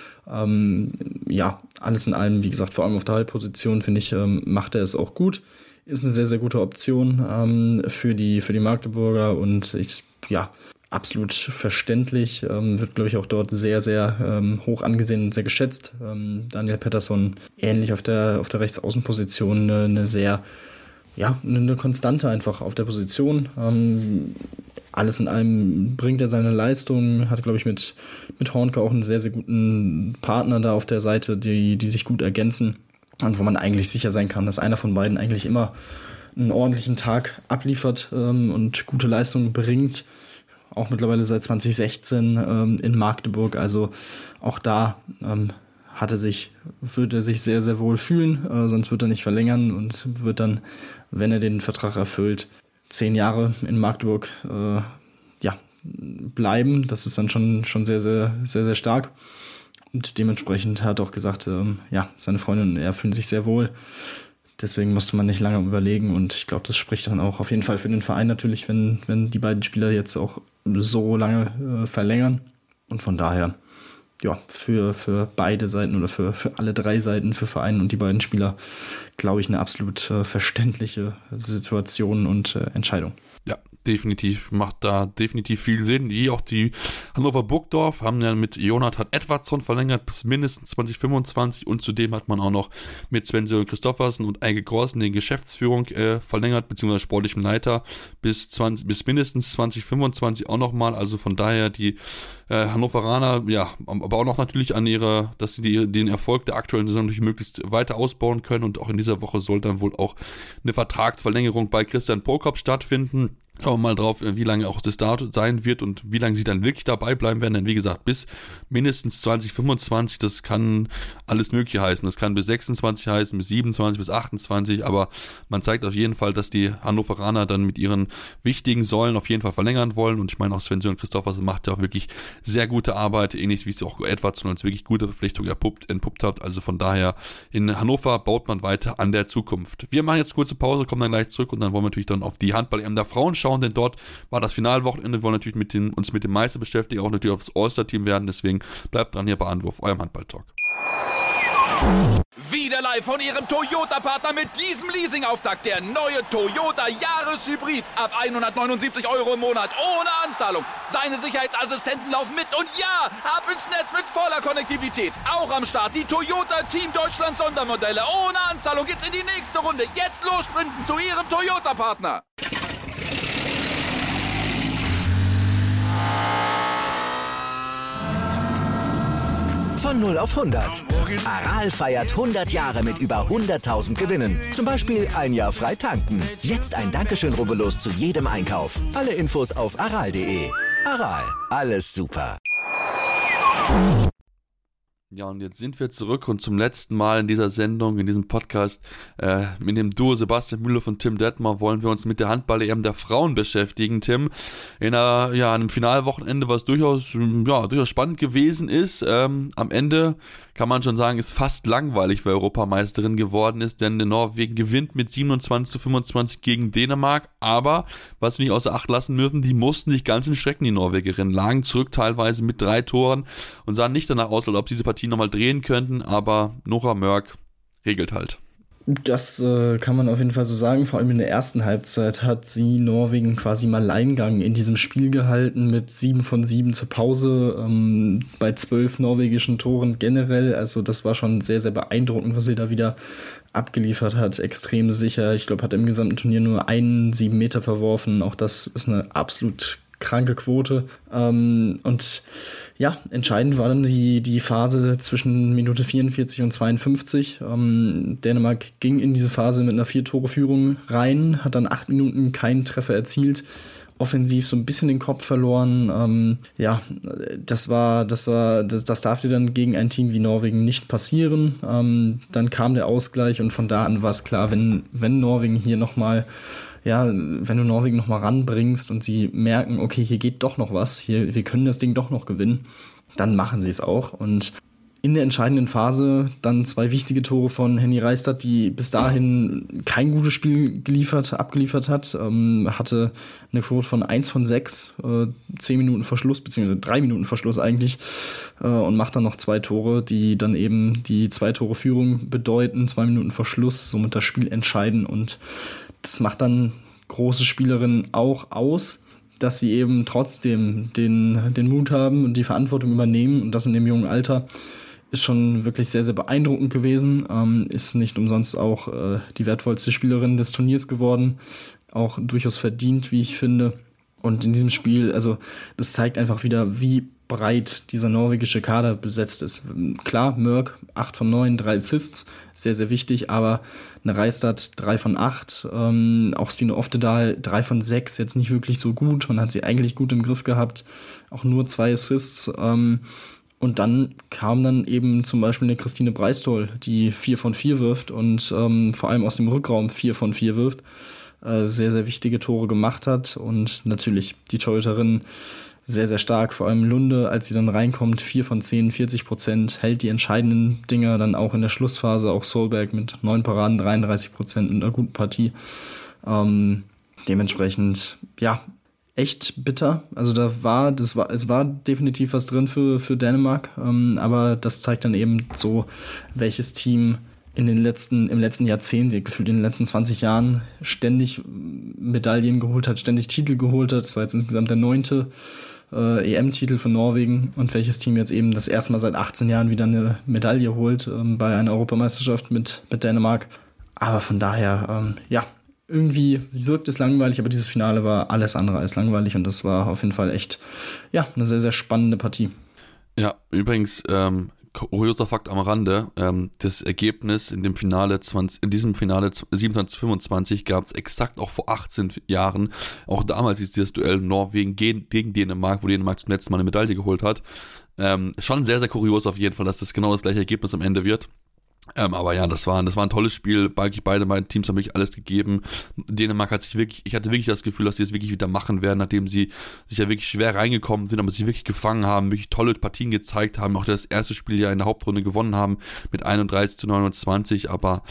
Ähm, ja, alles in allem, wie gesagt, vor allem auf der Halbposition, finde ich, ähm, macht er es auch gut. Ist eine sehr, sehr gute Option ähm, für die, für die Magdeburger und ich, ja, absolut verständlich, ähm, wird, glaube ich, auch dort sehr, sehr ähm, hoch angesehen und sehr geschätzt. Ähm, Daniel Peterson ähnlich auf der, auf der Rechtsaußenposition, eine, eine sehr, ja, eine Konstante einfach auf der Position. Ähm, alles in allem bringt er seine Leistung, hat, glaube ich, mit, mit Hornke auch einen sehr, sehr guten Partner da auf der Seite, die, die sich gut ergänzen und wo man eigentlich sicher sein kann, dass einer von beiden eigentlich immer einen ordentlichen Tag abliefert ähm, und gute Leistung bringt. Auch mittlerweile seit zwanzig sechzehn ähm, in Magdeburg, also auch da ähm, hat er sich, würde er sich sehr, sehr wohl fühlen, äh, sonst wird er nicht verlängern und wird dann, wenn er den Vertrag erfüllt, zehn Jahre in Magdeburg äh, ja, bleiben. Das ist dann schon, schon sehr, sehr, sehr, sehr stark. Und dementsprechend hat er auch gesagt, ähm, ja, seine Freundin und er fühlen sich sehr wohl. Deswegen musste man nicht lange überlegen und ich glaube, das spricht dann auch auf jeden Fall für den Verein natürlich, wenn, wenn die beiden Spieler jetzt auch so lange äh, verlängern. Und von daher, ja, für, für beide Seiten oder für, für alle drei Seiten, für Verein und die beiden Spieler, glaube ich, eine absolut äh, verständliche Situation und äh, Entscheidung. Ja, definitiv, macht da definitiv viel Sinn. Die auch die Hannover Burgdorf haben ja mit Jonathan Edwardsson verlängert bis mindestens zwanzig fünfundzwanzig und zudem hat man auch noch mit Sven-Sören Christoffersen und Eike Gorsen die Geschäftsführung äh, verlängert, beziehungsweise sportlichem Leiter bis, zwanzig, bis mindestens zwanzig fünfundzwanzig auch nochmal. Also von daher die äh, Hannoveraner, ja, aber auch noch natürlich an ihrer, dass sie die, den Erfolg der aktuellen Saison natürlich möglichst weiter ausbauen können und auch in dieser Woche soll dann wohl auch eine Vertragsverlängerung bei Christian Prokop stattfinden. Schauen wir mal drauf, wie lange auch das Datum sein wird und wie lange sie dann wirklich dabei bleiben werden. Denn wie gesagt, bis mindestens zwanzig fünfundzwanzig, das kann alles Mögliche heißen. Das kann bis sechsundzwanzig heißen, bis siebenundzwanzig, bis achtundzwanzig. Aber man zeigt auf jeden Fall, dass die Hannoveraner dann mit ihren wichtigen Säulen auf jeden Fall verlängern wollen. Und ich meine auch Sven-Sören Christoffersen macht ja auch wirklich sehr gute Arbeit, ähnlich wie es auch Edwardsson als wirklich gute Verpflichtung erpuppt, entpuppt hat. Also von daher, in Hannover baut man weiter an der Zukunft. Wir machen jetzt eine kurze Pause, kommen dann gleich zurück und dann wollen wir natürlich dann auf die Handball-E M der Frauen schauen, denn dort war das Finalwochenende, wir wollen natürlich mit den, uns mit dem Meister beschäftigen, auch natürlich aufs All-Star-Team werden, deswegen bleibt dran hier bei Anwurf, eurem Handball-Talk. Wieder live von Ihrem Toyota-Partner mit diesem Leasing-Auftakt. Der neue Toyota Jahreshybrid. Ab hundertneunundsiebzig Euro im Monat. Ohne Anzahlung. Seine Sicherheitsassistenten laufen mit. Und ja, ab ins Netz mit voller Konnektivität. Auch am Start die Toyota Team Deutschland Sondermodelle. Ohne Anzahlung geht's in die nächste Runde. Jetzt los sprinten zu Ihrem Toyota-Partner. Von null auf hundert. Aral feiert hundert Jahre mit über hunderttausend Gewinnen. Zum Beispiel ein Jahr frei tanken. Jetzt ein Dankeschön, rubbellos zu jedem Einkauf. Alle Infos auf aral punkt de. Aral, alles super. Ja, und jetzt sind wir zurück und zum letzten Mal in dieser Sendung, in diesem Podcast, äh, mit dem Duo Sebastian Müller und Tim Detmer wollen wir uns mit der Handball-E M der Frauen beschäftigen, Tim. In einer, ja, einem Finalwochenende, was durchaus, ja, durchaus spannend gewesen ist. Ähm, am Ende kann man schon sagen, ist fast langweilig, wer Europameisterin geworden ist, denn Norwegen gewinnt mit siebenundzwanzig zu fünfundzwanzig gegen Dänemark, aber, was wir nicht außer Acht lassen dürfen, die mussten sich ganz schön strecken, die Norwegerinnen, lagen zurück teilweise mit drei Toren und sahen nicht danach aus, als ob diese Partie nochmal drehen könnten, aber Nora Mörk regelt halt. Das äh, kann man auf jeden Fall so sagen. Vor allem in der ersten Halbzeit hat sie Norwegen quasi im Alleingang in diesem Spiel gehalten mit sieben von sieben zur Pause, ähm, bei zwölf norwegischen Toren generell. Also das war schon sehr, sehr beeindruckend, was sie da wieder abgeliefert hat. Extrem sicher. Ich glaube, hat im gesamten Turnier nur einen sieben Meter verworfen. Auch das ist eine absolut kranke Quote. Ähm, und ja, entscheidend war dann die, die Phase zwischen Minute vierundvierzig und zweiundfünfzig. Ähm, Dänemark ging in diese Phase mit einer Vier-Tore-Führung rein, hat dann acht Minuten keinen Treffer erzielt, offensiv so ein bisschen den Kopf verloren. Ähm, ja, das war, das war, das, das darf dir dann gegen ein Team wie Norwegen nicht passieren. Ähm, dann kam der Ausgleich und von da an war es klar, wenn, wenn Norwegen hier nochmal Ja, wenn du Norwegen nochmal ranbringst und sie merken, okay, hier geht doch noch was, hier, wir können das Ding doch noch gewinnen, dann machen sie es auch. Und in der entscheidenden Phase dann zwei wichtige Tore von Henny Reistad, die bis dahin kein gutes Spiel geliefert, abgeliefert hat, ähm, hatte eine Quote von eins von sechs, äh, zehn Minuten Verschluss, beziehungsweise drei Minuten Verschluss eigentlich, äh, und macht dann noch zwei Tore, die dann eben die zwei Tore Führung bedeuten, zwei Minuten Verschluss, somit das Spiel entscheiden, und das macht dann große Spielerinnen auch aus, dass sie eben trotzdem den, den Mut haben und die Verantwortung übernehmen, und das in dem jungen Alter ist schon wirklich sehr, sehr beeindruckend gewesen. Ähm, ist nicht umsonst auch äh, die wertvollste Spielerin des Turniers geworden, auch durchaus verdient, wie ich finde. Und in diesem Spiel, also das zeigt einfach wieder, wie breit dieser norwegische Kader besetzt ist. Klar, Mörk, acht von neun, drei Assists, sehr, sehr wichtig, aber eine Reistad drei von acht, ähm, auch Stine Oftedal drei von sechs, jetzt nicht wirklich so gut, man hat sie eigentlich gut im Griff gehabt, auch nur zwei Assists, ähm, und dann kam dann eben zum Beispiel eine Christine Breistol, die vier von vier wirft und ähm, vor allem aus dem Rückraum vier von vier wirft, äh, sehr, sehr wichtige Tore gemacht hat, und natürlich die Torhüterin sehr, sehr stark, vor allem Lunde, als sie dann reinkommt, vier von zehn, vierzig Prozent, hält die entscheidenden Dinger dann auch in der Schlussphase, auch Solberg mit neun Paraden, dreiunddreißig Prozent in einer guten Partie. Ähm, dementsprechend, ja, echt bitter. Also da war, das war, es war definitiv was drin für, für Dänemark, ähm, aber das zeigt dann eben so, welches Team in den letzten, im letzten Jahrzehnt, gefühlt in den letzten zwanzig Jahren ständig Medaillen geholt hat, ständig Titel geholt hat. Das war jetzt insgesamt der neunte äh, E M-Titel von Norwegen, und welches Team jetzt eben das erste Mal seit achtzehn Jahren wieder eine Medaille holt ähm, bei einer Europameisterschaft mit, mit Dänemark. Aber von daher, ähm, ja, irgendwie wirkt es langweilig, aber dieses Finale war alles andere als langweilig, und das war auf jeden Fall echt, ja, eine sehr, sehr spannende Partie. Ja, übrigens, ähm, kurioser Fakt am Rande, ähm, das Ergebnis in dem Finale zwanzig, in diesem Finale siebenundzwanzig fünfundzwanzig gab es exakt auch vor achtzehn Jahren. Auch damals ist dieses Duell Norwegen gegen, gegen Dänemark, wo Dänemark zum letzten Mal eine Medaille geholt hat. Ähm, schon sehr, sehr kurios auf jeden Fall, dass das genau das gleiche Ergebnis am Ende wird. Ähm, aber ja, das war, das war ein tolles Spiel. Beide beide Teams haben wirklich alles gegeben. Dänemark hat sich wirklich, ich hatte wirklich das Gefühl, dass sie es wirklich wieder machen werden, nachdem sie sich ja wirklich schwer reingekommen sind, aber sich wirklich gefangen haben, wirklich tolle Partien gezeigt haben, auch das erste Spiel ja in der Hauptrunde gewonnen haben mit einunddreißig zu neunundzwanzig, aber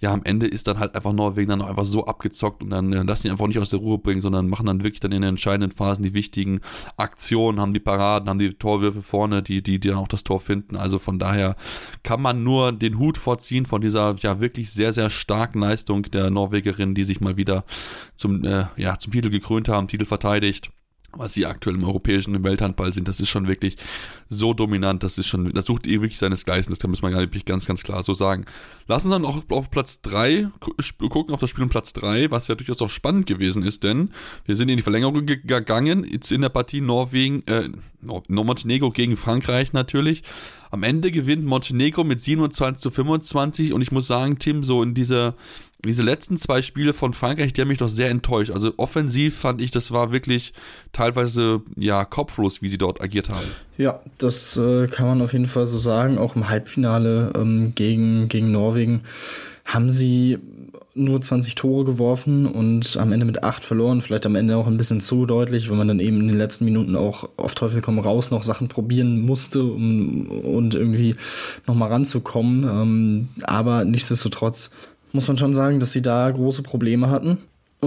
ja, am Ende ist dann halt einfach Norwegen dann noch einfach so abgezockt und dann äh, lassen die einfach nicht aus der Ruhe bringen, sondern machen dann wirklich dann in den entscheidenden Phasen die wichtigen Aktionen, haben die Paraden, haben die Torwürfe vorne, die, die, die dann auch das Tor finden. Also von daher kann man nur den Hut vorziehen von dieser ja wirklich sehr, sehr starken Leistung der Norwegerinnen, die sich mal wieder zum, äh, ja, zum Titel gekrönt haben, Titel verteidigt. Was sie aktuell im europäischen Welthandball sind, das ist schon wirklich so dominant, das ist schon, das sucht ihr wirklich seinesgleichen, das muss man wirklich ganz, ganz klar so sagen. Lassen uns dann auch auf Platz drei gucken, auf das Spiel um Platz drei, was ja durchaus auch spannend gewesen ist, denn wir sind in die Verlängerung gegangen, jetzt in der Partie Norwegen, äh, Montenegro gegen Frankreich natürlich. Am Ende gewinnt Montenegro mit siebenundzwanzig zu fünfundzwanzig und ich muss sagen, Tim, so in dieser Diese letzten zwei Spiele von Frankreich, die haben mich doch sehr enttäuscht. Also offensiv fand ich, das war wirklich teilweise ja kopflos, wie sie dort agiert haben. Ja, das äh, kann man auf jeden Fall so sagen. Auch im Halbfinale ähm, gegen, gegen Norwegen haben sie nur zwanzig Tore geworfen und am Ende mit acht verloren. Vielleicht am Ende auch ein bisschen zu deutlich, weil man dann eben in den letzten Minuten auch auf Teufel komm raus noch Sachen probieren musste, um und irgendwie nochmal ranzukommen. Ähm, aber nichtsdestotrotz muss man schon sagen, dass sie da große Probleme hatten.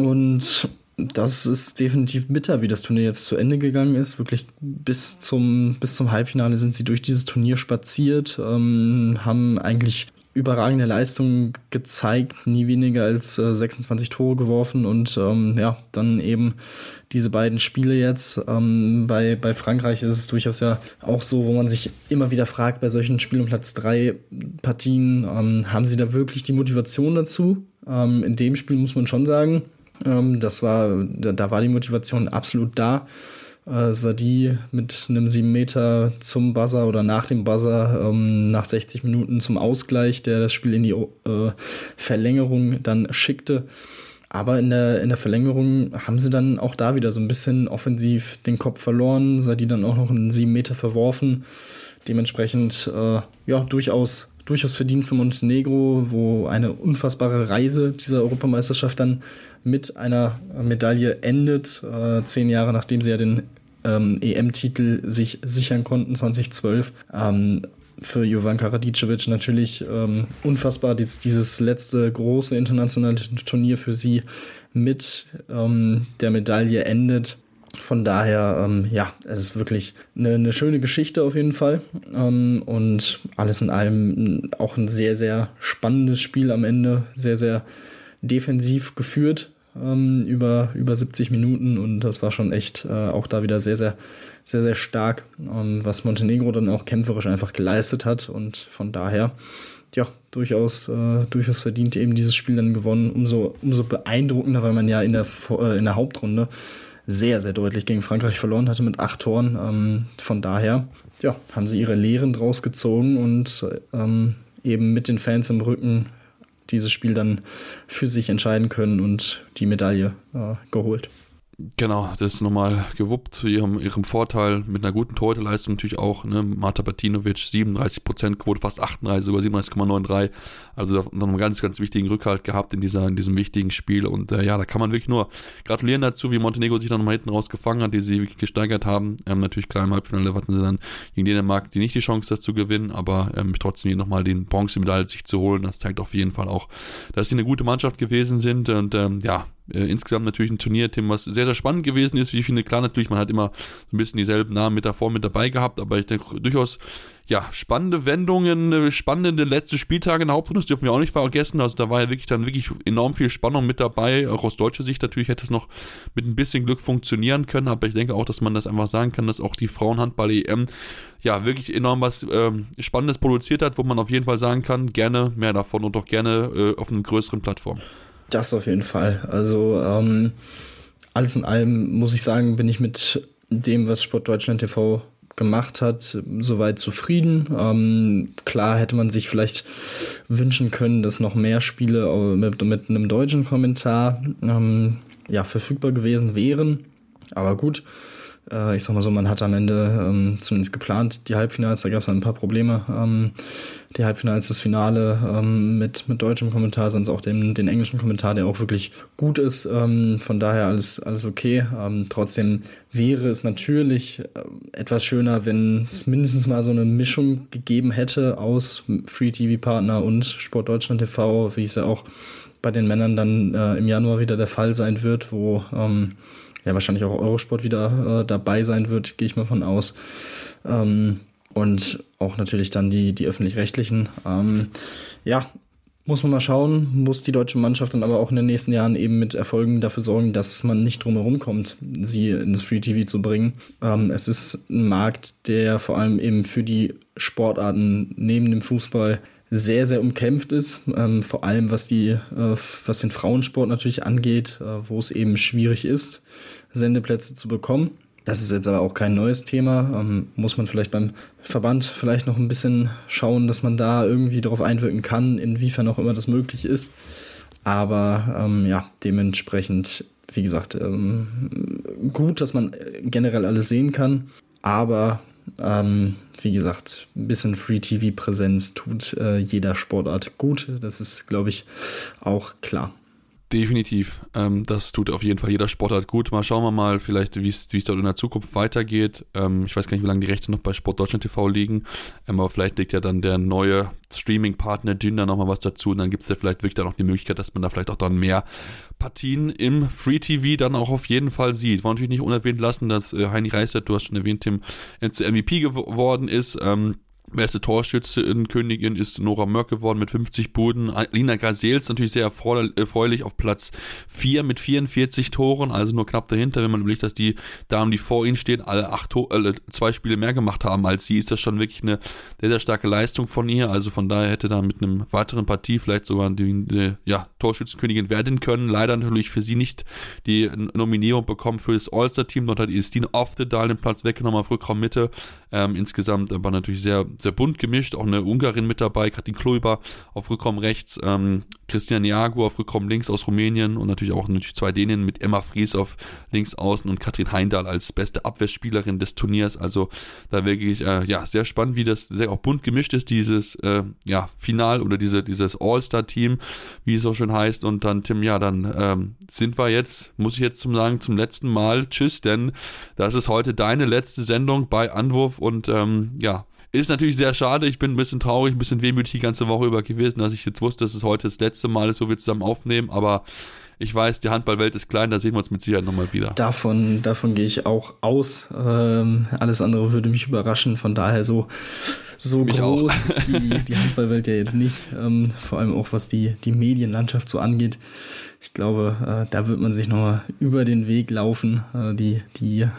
Und das ist definitiv bitter, wie das Turnier jetzt zu Ende gegangen ist. Wirklich bis zum, bis zum Halbfinale sind sie durch dieses Turnier spaziert, ähm, haben eigentlich überragende Leistungen gezeigt, nie weniger als äh, sechsundzwanzig Tore geworfen und ähm, ja, dann eben diese beiden Spiele jetzt. Ähm, bei, bei Frankreich ist es durchaus ja auch so, wo man sich immer wieder fragt, bei solchen Spielen um Platz drei Partien, ähm, haben sie da wirklich die Motivation dazu? Ähm, in dem Spiel muss man schon sagen, ähm, das war, da, da war die Motivation absolut da. Äh, Sadie mit einem sieben Meter zum Buzzer oder nach dem Buzzer, ähm, nach sechzig Minuten zum Ausgleich, der das Spiel in die äh, Verlängerung dann schickte. Aber in der, in der Verlängerung haben sie dann auch da wieder so ein bisschen offensiv den Kopf verloren, Sadie dann auch noch einen sieben Meter verworfen. Dementsprechend äh, ja durchaus durchaus verdient für Montenegro, wo eine unfassbare Reise dieser Europameisterschaft dann mit einer Medaille endet, äh, zehn Jahre nachdem sie ja den ähm, E M-Titel sich sichern konnten, zwanzig zwölf. Ähm, für Jovanka Radicevic natürlich ähm, unfassbar, dies, dieses letzte große internationale Turnier für sie mit ähm, der Medaille endet. Von daher, ähm, ja, es ist wirklich eine, eine schöne Geschichte auf jeden Fall ähm, und alles in allem auch ein sehr, sehr spannendes Spiel am Ende, sehr, sehr defensiv geführt ähm, über, über siebzig Minuten und das war schon echt äh, auch da wieder sehr, sehr, sehr, sehr stark, ähm, was Montenegro dann auch kämpferisch einfach geleistet hat und von daher, ja, durchaus, äh, durchaus verdient eben dieses Spiel dann gewonnen, umso, umso beeindruckender, weil man ja in der, äh, in der Hauptrunde sehr, sehr deutlich gegen Frankreich verloren hatte mit acht Toren. Ähm, von daher ja, haben sie ihre Lehren draus gezogen und ähm, eben mit den Fans im Rücken dieses Spiel dann für sich entscheiden können und die Medaille äh, geholt. Genau, das ist nochmal gewuppt zu ihrem, ihrem Vorteil, mit einer guten Torhüterleistung natürlich auch, ne, Marta Batinovic, siebenunddreißig Prozent Quote, fast achtunddreißig, sogar siebenunddreißig Komma neunundneunzig, also da noch einen ganz, ganz wichtigen Rückhalt gehabt in dieser, in diesem wichtigen Spiel und äh, ja, da kann man wirklich nur gratulieren dazu, wie Montenegro sich dann nochmal hinten rausgefangen hat, die sie wirklich gesteigert haben, ähm, natürlich klar im Halbfinale hatten sie dann gegen Dänemark die nicht die Chance, das zu gewinnen, aber ähm, trotzdem hier nochmal den Bronzemedaille sich zu holen, das zeigt auf jeden Fall auch, dass die eine gute Mannschaft gewesen sind und ähm, ja, Äh, insgesamt natürlich ein Turnierteam, was sehr, sehr spannend gewesen ist. Wie ich finde, klar, natürlich, man hat immer so ein bisschen dieselben Namen mit davor mit dabei gehabt, aber ich denke durchaus, ja, spannende Wendungen, spannende letzte Spieltage in der Hauptrunde, das dürfen wir auch nicht vergessen. Also da war ja wirklich dann wirklich enorm viel Spannung mit dabei. Auch aus deutscher Sicht natürlich hätte es noch mit ein bisschen Glück funktionieren können, aber ich denke auch, dass man das einfach sagen kann, dass auch die Frauenhandball-E M ja wirklich enorm was ähm, Spannendes produziert hat, wo man auf jeden Fall sagen kann, gerne mehr davon und auch gerne äh, auf einer größeren Plattform. Das auf jeden Fall. Also ähm, alles in allem muss ich sagen, bin ich mit dem, was Sport Deutschland T V gemacht hat, soweit zufrieden. Ähm, klar hätte man sich vielleicht wünschen können, dass noch mehr Spiele mit, mit einem deutschen Kommentar ähm, ja, verfügbar gewesen wären. Aber gut, Äh, ich sag mal so, man hat am Ende ähm, zumindest geplant, die Halbfinals, da gab es ein paar Probleme. Ähm, die Halbfinals, das Finale ähm, mit, mit deutschem Kommentar, sonst auch den, den englischen Kommentar, der auch wirklich gut ist. Ähm, von daher alles, alles okay. Ähm, trotzdem wäre es natürlich äh, etwas schöner, wenn es mindestens mal so eine Mischung gegeben hätte aus Free-T V-Partner und Sport Deutschland T V, wie es ja auch bei den Männern dann äh, im Januar wieder der Fall sein wird, wo ähm, ja wahrscheinlich auch Eurosport wieder äh, dabei sein wird, gehe ich mal von aus. Ähm, und auch natürlich dann die, die Öffentlich-Rechtlichen. Ähm, ja, muss man mal schauen, muss die deutsche Mannschaft dann aber auch in den nächsten Jahren eben mit Erfolgen dafür sorgen, dass man nicht drumherum kommt, sie ins Free-T V zu bringen. Ähm, es ist ein Markt, der vor allem eben für die Sportarten neben dem Fußball sehr, sehr umkämpft ist, ähm, vor allem was die, äh, was den Frauensport natürlich angeht, äh, wo es eben schwierig ist, Sendeplätze zu bekommen. Das ist jetzt aber auch kein neues Thema, ähm, muss man vielleicht beim Verband vielleicht noch ein bisschen schauen, dass man da irgendwie darauf einwirken kann, inwiefern auch immer das möglich ist. Aber ähm, ja, dementsprechend, wie gesagt, ähm, gut, dass man generell alles sehen kann, aber Ähm, wie gesagt, ein bisschen Free-T V-Präsenz tut äh, jeder Sportart gut. Das ist, glaube ich, auch klar. Definitiv. Ähm, das tut auf jeden Fall jeder Sportart gut. Mal schauen wir mal, vielleicht, wie es dort in der Zukunft weitergeht. Ähm, ich weiß gar nicht, wie lange die Rechte noch bei Sport Deutschland T V liegen. Ähm, aber vielleicht legt ja dann der neue Streaming-Partner Jinder nochmal was dazu. Und dann gibt es ja vielleicht wirklich dann auch die Möglichkeit, dass man da vielleicht auch dann mehr Partien im Free-T V dann auch auf jeden Fall sieht. Wollen natürlich nicht unerwähnt lassen, dass äh, Heini Reissert, du hast schon erwähnt, Tim, zu M V P geworden ist. Ähm, Beste Torschützin Königin ist Nora Mörk geworden mit fünfzig Buden. Lina Gazels natürlich sehr erfreulich auf Platz vier mit vierundvierzig Toren, also nur knapp dahinter, wenn man überlegt, dass die Damen, die vor ihnen stehen, alle acht Tor- äh, zwei Spiele mehr gemacht haben als sie, ist das schon wirklich eine sehr, sehr starke Leistung von ihr. Also von daher hätte da mit einem weiteren Partie vielleicht sogar die, die ja, Torschützenkönigin werden können. Leider natürlich für sie nicht die Nominierung bekommen für das All-Star-Team. Dort hat Estine Oftedal den Platz weggenommen auf Rückraummitte. Ähm, insgesamt aber natürlich sehr sehr bunt gemischt, auch eine Ungarin mit dabei, Katrin Kluiber auf Rückraum rechts, ähm, Christian Jagu auf Rückraum links aus Rumänien und natürlich auch natürlich zwei Däninnen mit Emma Fries auf links außen und Katrin Heindal als beste Abwehrspielerin des Turniers. Also da wirklich äh, ja sehr spannend, wie das sehr auch bunt gemischt ist, dieses äh, ja Final oder diese dieses All-Star-Team, wie es so schön heißt. Und dann Tim, ja dann ähm, sind wir jetzt, muss ich jetzt zum sagen, zum letzten Mal tschüss, denn das ist heute deine letzte Sendung bei Anwurf und ähm, ja ist natürlich sehr schade, ich bin ein bisschen traurig, ein bisschen wehmütig die ganze Woche über gewesen, dass ich jetzt wusste, dass es heute das letzte Mal ist, wo wir zusammen aufnehmen, aber ich weiß, die Handballwelt ist klein, da sehen wir uns mit Sicherheit nochmal wieder. Davon, davon gehe ich auch aus, ähm, alles andere würde mich überraschen, von daher so, so mich groß auch. ist die, die Handballwelt ja jetzt nicht, ähm, vor allem auch was die, die Medienlandschaft so angeht. Ich glaube, äh, da wird man sich nochmal über den Weg laufen. Äh, die, die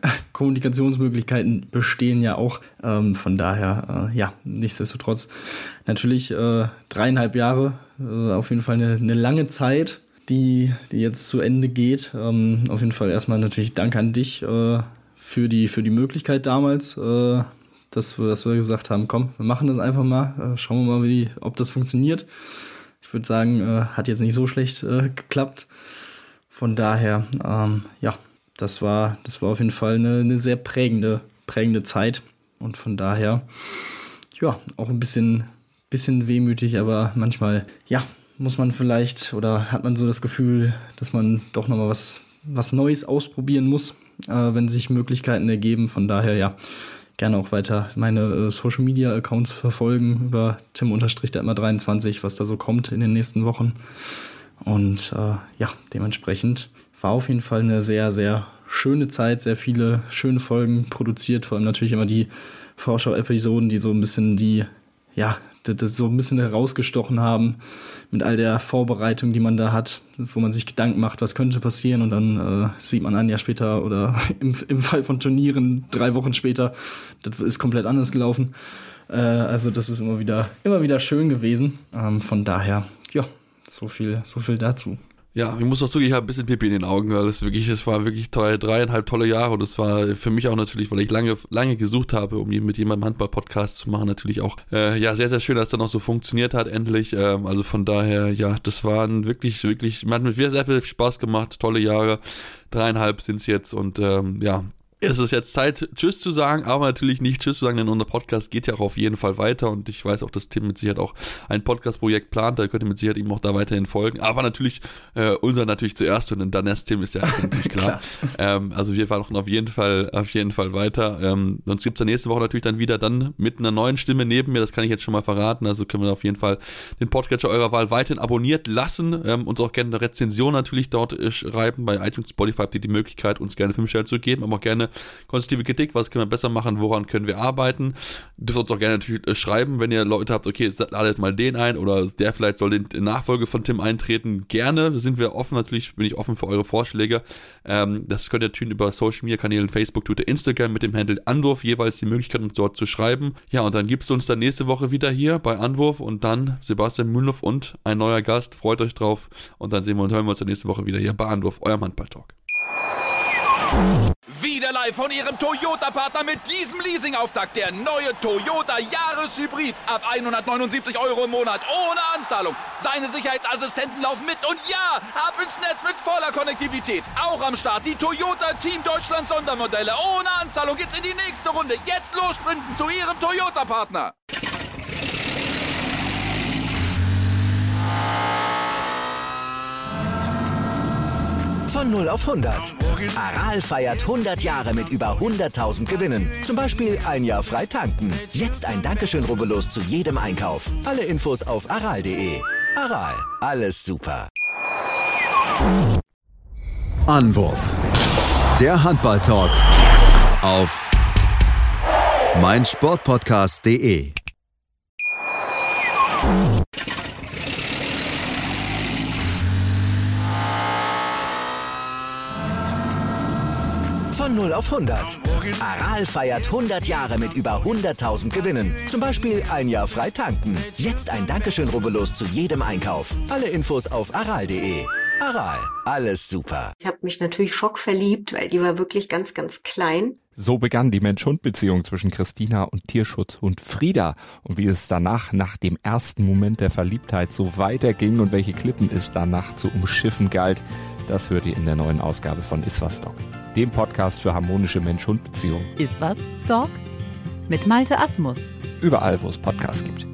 Kommunikationsmöglichkeiten bestehen ja auch. Ähm, von daher, äh, ja, nichtsdestotrotz natürlich äh, dreieinhalb Jahre, äh, auf jeden Fall eine, eine lange Zeit, die, die jetzt zu Ende geht. Ähm, auf jeden Fall erstmal natürlich Dank an dich äh, für die, für die Möglichkeit damals, äh, dass wir, dass wir gesagt haben, komm, wir machen das einfach mal, äh, schauen wir mal, wie, ob das funktioniert. Ich würde sagen, äh, hat jetzt nicht so schlecht äh, geklappt. Von daher, ähm, ja, das war, das war auf jeden Fall eine, eine sehr prägende, prägende Zeit. Und von daher, ja, auch ein bisschen, bisschen wehmütig, aber manchmal, ja, muss man vielleicht oder hat man so das Gefühl, dass man doch nochmal was, was Neues ausprobieren muss, äh, wenn sich Möglichkeiten ergeben. Von daher, ja, gerne auch weiter meine äh, Social-Media-Accounts verfolgen über Tim-der dreiundzwanzig, was da so kommt in den nächsten Wochen. Und äh, ja, dementsprechend war auf jeden Fall eine sehr, sehr schöne Zeit, sehr viele schöne Folgen produziert, vor allem natürlich immer die Vorschau-Episoden, die so ein bisschen die, ja, das, das so ein bisschen herausgestochen haben mit all der Vorbereitung, die man da hat, wo man sich Gedanken macht, was könnte passieren und dann äh, sieht man ein Jahr später oder im, im Fall von Turnieren drei Wochen später, das ist komplett anders gelaufen. Äh, also das ist immer wieder, immer wieder schön gewesen. Ähm, von daher, ja, so viel, so viel dazu. Ja, ich muss auch zugeben, ich habe ein bisschen Pipi in den Augen, weil es wirklich, es war wirklich drei, dreieinhalb tolle Jahre und es war für mich auch natürlich, weil ich lange, lange gesucht habe, um mit jemandem Handball-Podcast zu machen, natürlich auch, äh, ja, sehr, sehr schön, dass es dann auch so funktioniert hat, endlich, ähm, also von daher, ja, das waren wirklich, wirklich, man hat mit mir sehr viel Spaß gemacht, tolle Jahre, dreieinhalb sind es jetzt und, ähm, ja, Es ist jetzt Zeit, Tschüss zu sagen, aber natürlich nicht Tschüss zu sagen, denn unser Podcast geht ja auch auf jeden Fall weiter und ich weiß auch, dass Tim mit Sicherheit auch ein Podcast-Projekt plant, da könnt ihr mit Sicherheit ihm auch da weiterhin folgen, aber natürlich, äh, unser natürlich zuerst und dann erst Tim, ist ja natürlich klar. klar. Ähm, also wir machen auf jeden Fall, auf jeden Fall weiter. Ähm, sonst gibt es ja nächste Woche natürlich dann wieder dann mit einer neuen Stimme neben mir, das kann ich jetzt schon mal verraten, also können wir auf jeden Fall den Podcatcher eurer Wahl weiterhin abonniert lassen, ähm, uns auch gerne eine Rezension natürlich dort äh, schreiben, bei iTunes, Spotify habt ihr die Möglichkeit, uns gerne fünf Sterne zu geben, aber auch gerne konstruktive Kritik, was können wir besser machen, woran können wir arbeiten. Dürft uns auch gerne natürlich äh, schreiben, wenn ihr Leute habt, okay, ladet mal den ein oder der vielleicht soll in, in Nachfolge von Tim eintreten, gerne, sind wir offen, natürlich bin ich offen für eure Vorschläge. Ähm, das könnt ihr natürlich über Social Media Kanälen, Facebook, Twitter, Instagram mit dem Handle Anwurf jeweils die Möglichkeit, uns dort zu schreiben. Ja, und dann gibt es uns dann nächste Woche wieder hier bei Anwurf und dann Sebastian Mühlenhoff und ein neuer Gast, freut euch drauf und dann sehen wir und hören wir uns dann nächste Woche wieder hier bei Anwurf, euer Handball-Talk. Wieder live von Ihrem Toyota-Partner mit diesem Leasing-Auftakt. Der neue Toyota Jahreshybrid. Ab hundertneunundsiebzig Euro im Monat. Ohne Anzahlung. Seine Sicherheitsassistenten laufen mit. Und ja, ab ins Netz mit voller Konnektivität. Auch am Start die Toyota Team Deutschland Sondermodelle. Ohne Anzahlung geht's in die nächste Runde. Jetzt los sprinten zu Ihrem Toyota-Partner. Von null auf hundert. Aral feiert hundert Jahre mit über hunderttausend Gewinnen. Zum Beispiel ein Jahr frei tanken. Jetzt ein Dankeschön, rubbellos zu jedem Einkauf. Alle Infos auf aral punkt de. Aral, alles super. Anwurf. Der Handball-Talk auf meinsportpodcast punkt de. Von null auf hundert. Aral feiert hundert Jahre mit über hunderttausend Gewinnen. Zum Beispiel ein Jahr frei tanken. Jetzt ein Dankeschön, rubbellos zu jedem Einkauf. Alle Infos auf aral punkt de. Aral, alles super. Ich habe mich natürlich schockverliebt, weil die war wirklich ganz, ganz klein. So begann die Mensch-Hund-Beziehung zwischen Christina und Tierschutzhund Frieda. Und wie es danach, nach dem ersten Moment der Verliebtheit, so weiterging und welche Klippen es danach zu umschiffen galt, das hört ihr in der neuen Ausgabe von Iswas Dog, dem Podcast für harmonische Mensch-Hund-Beziehungen. Iswas Dog? Mit Malte Asmus. Überall, wo es Podcasts gibt.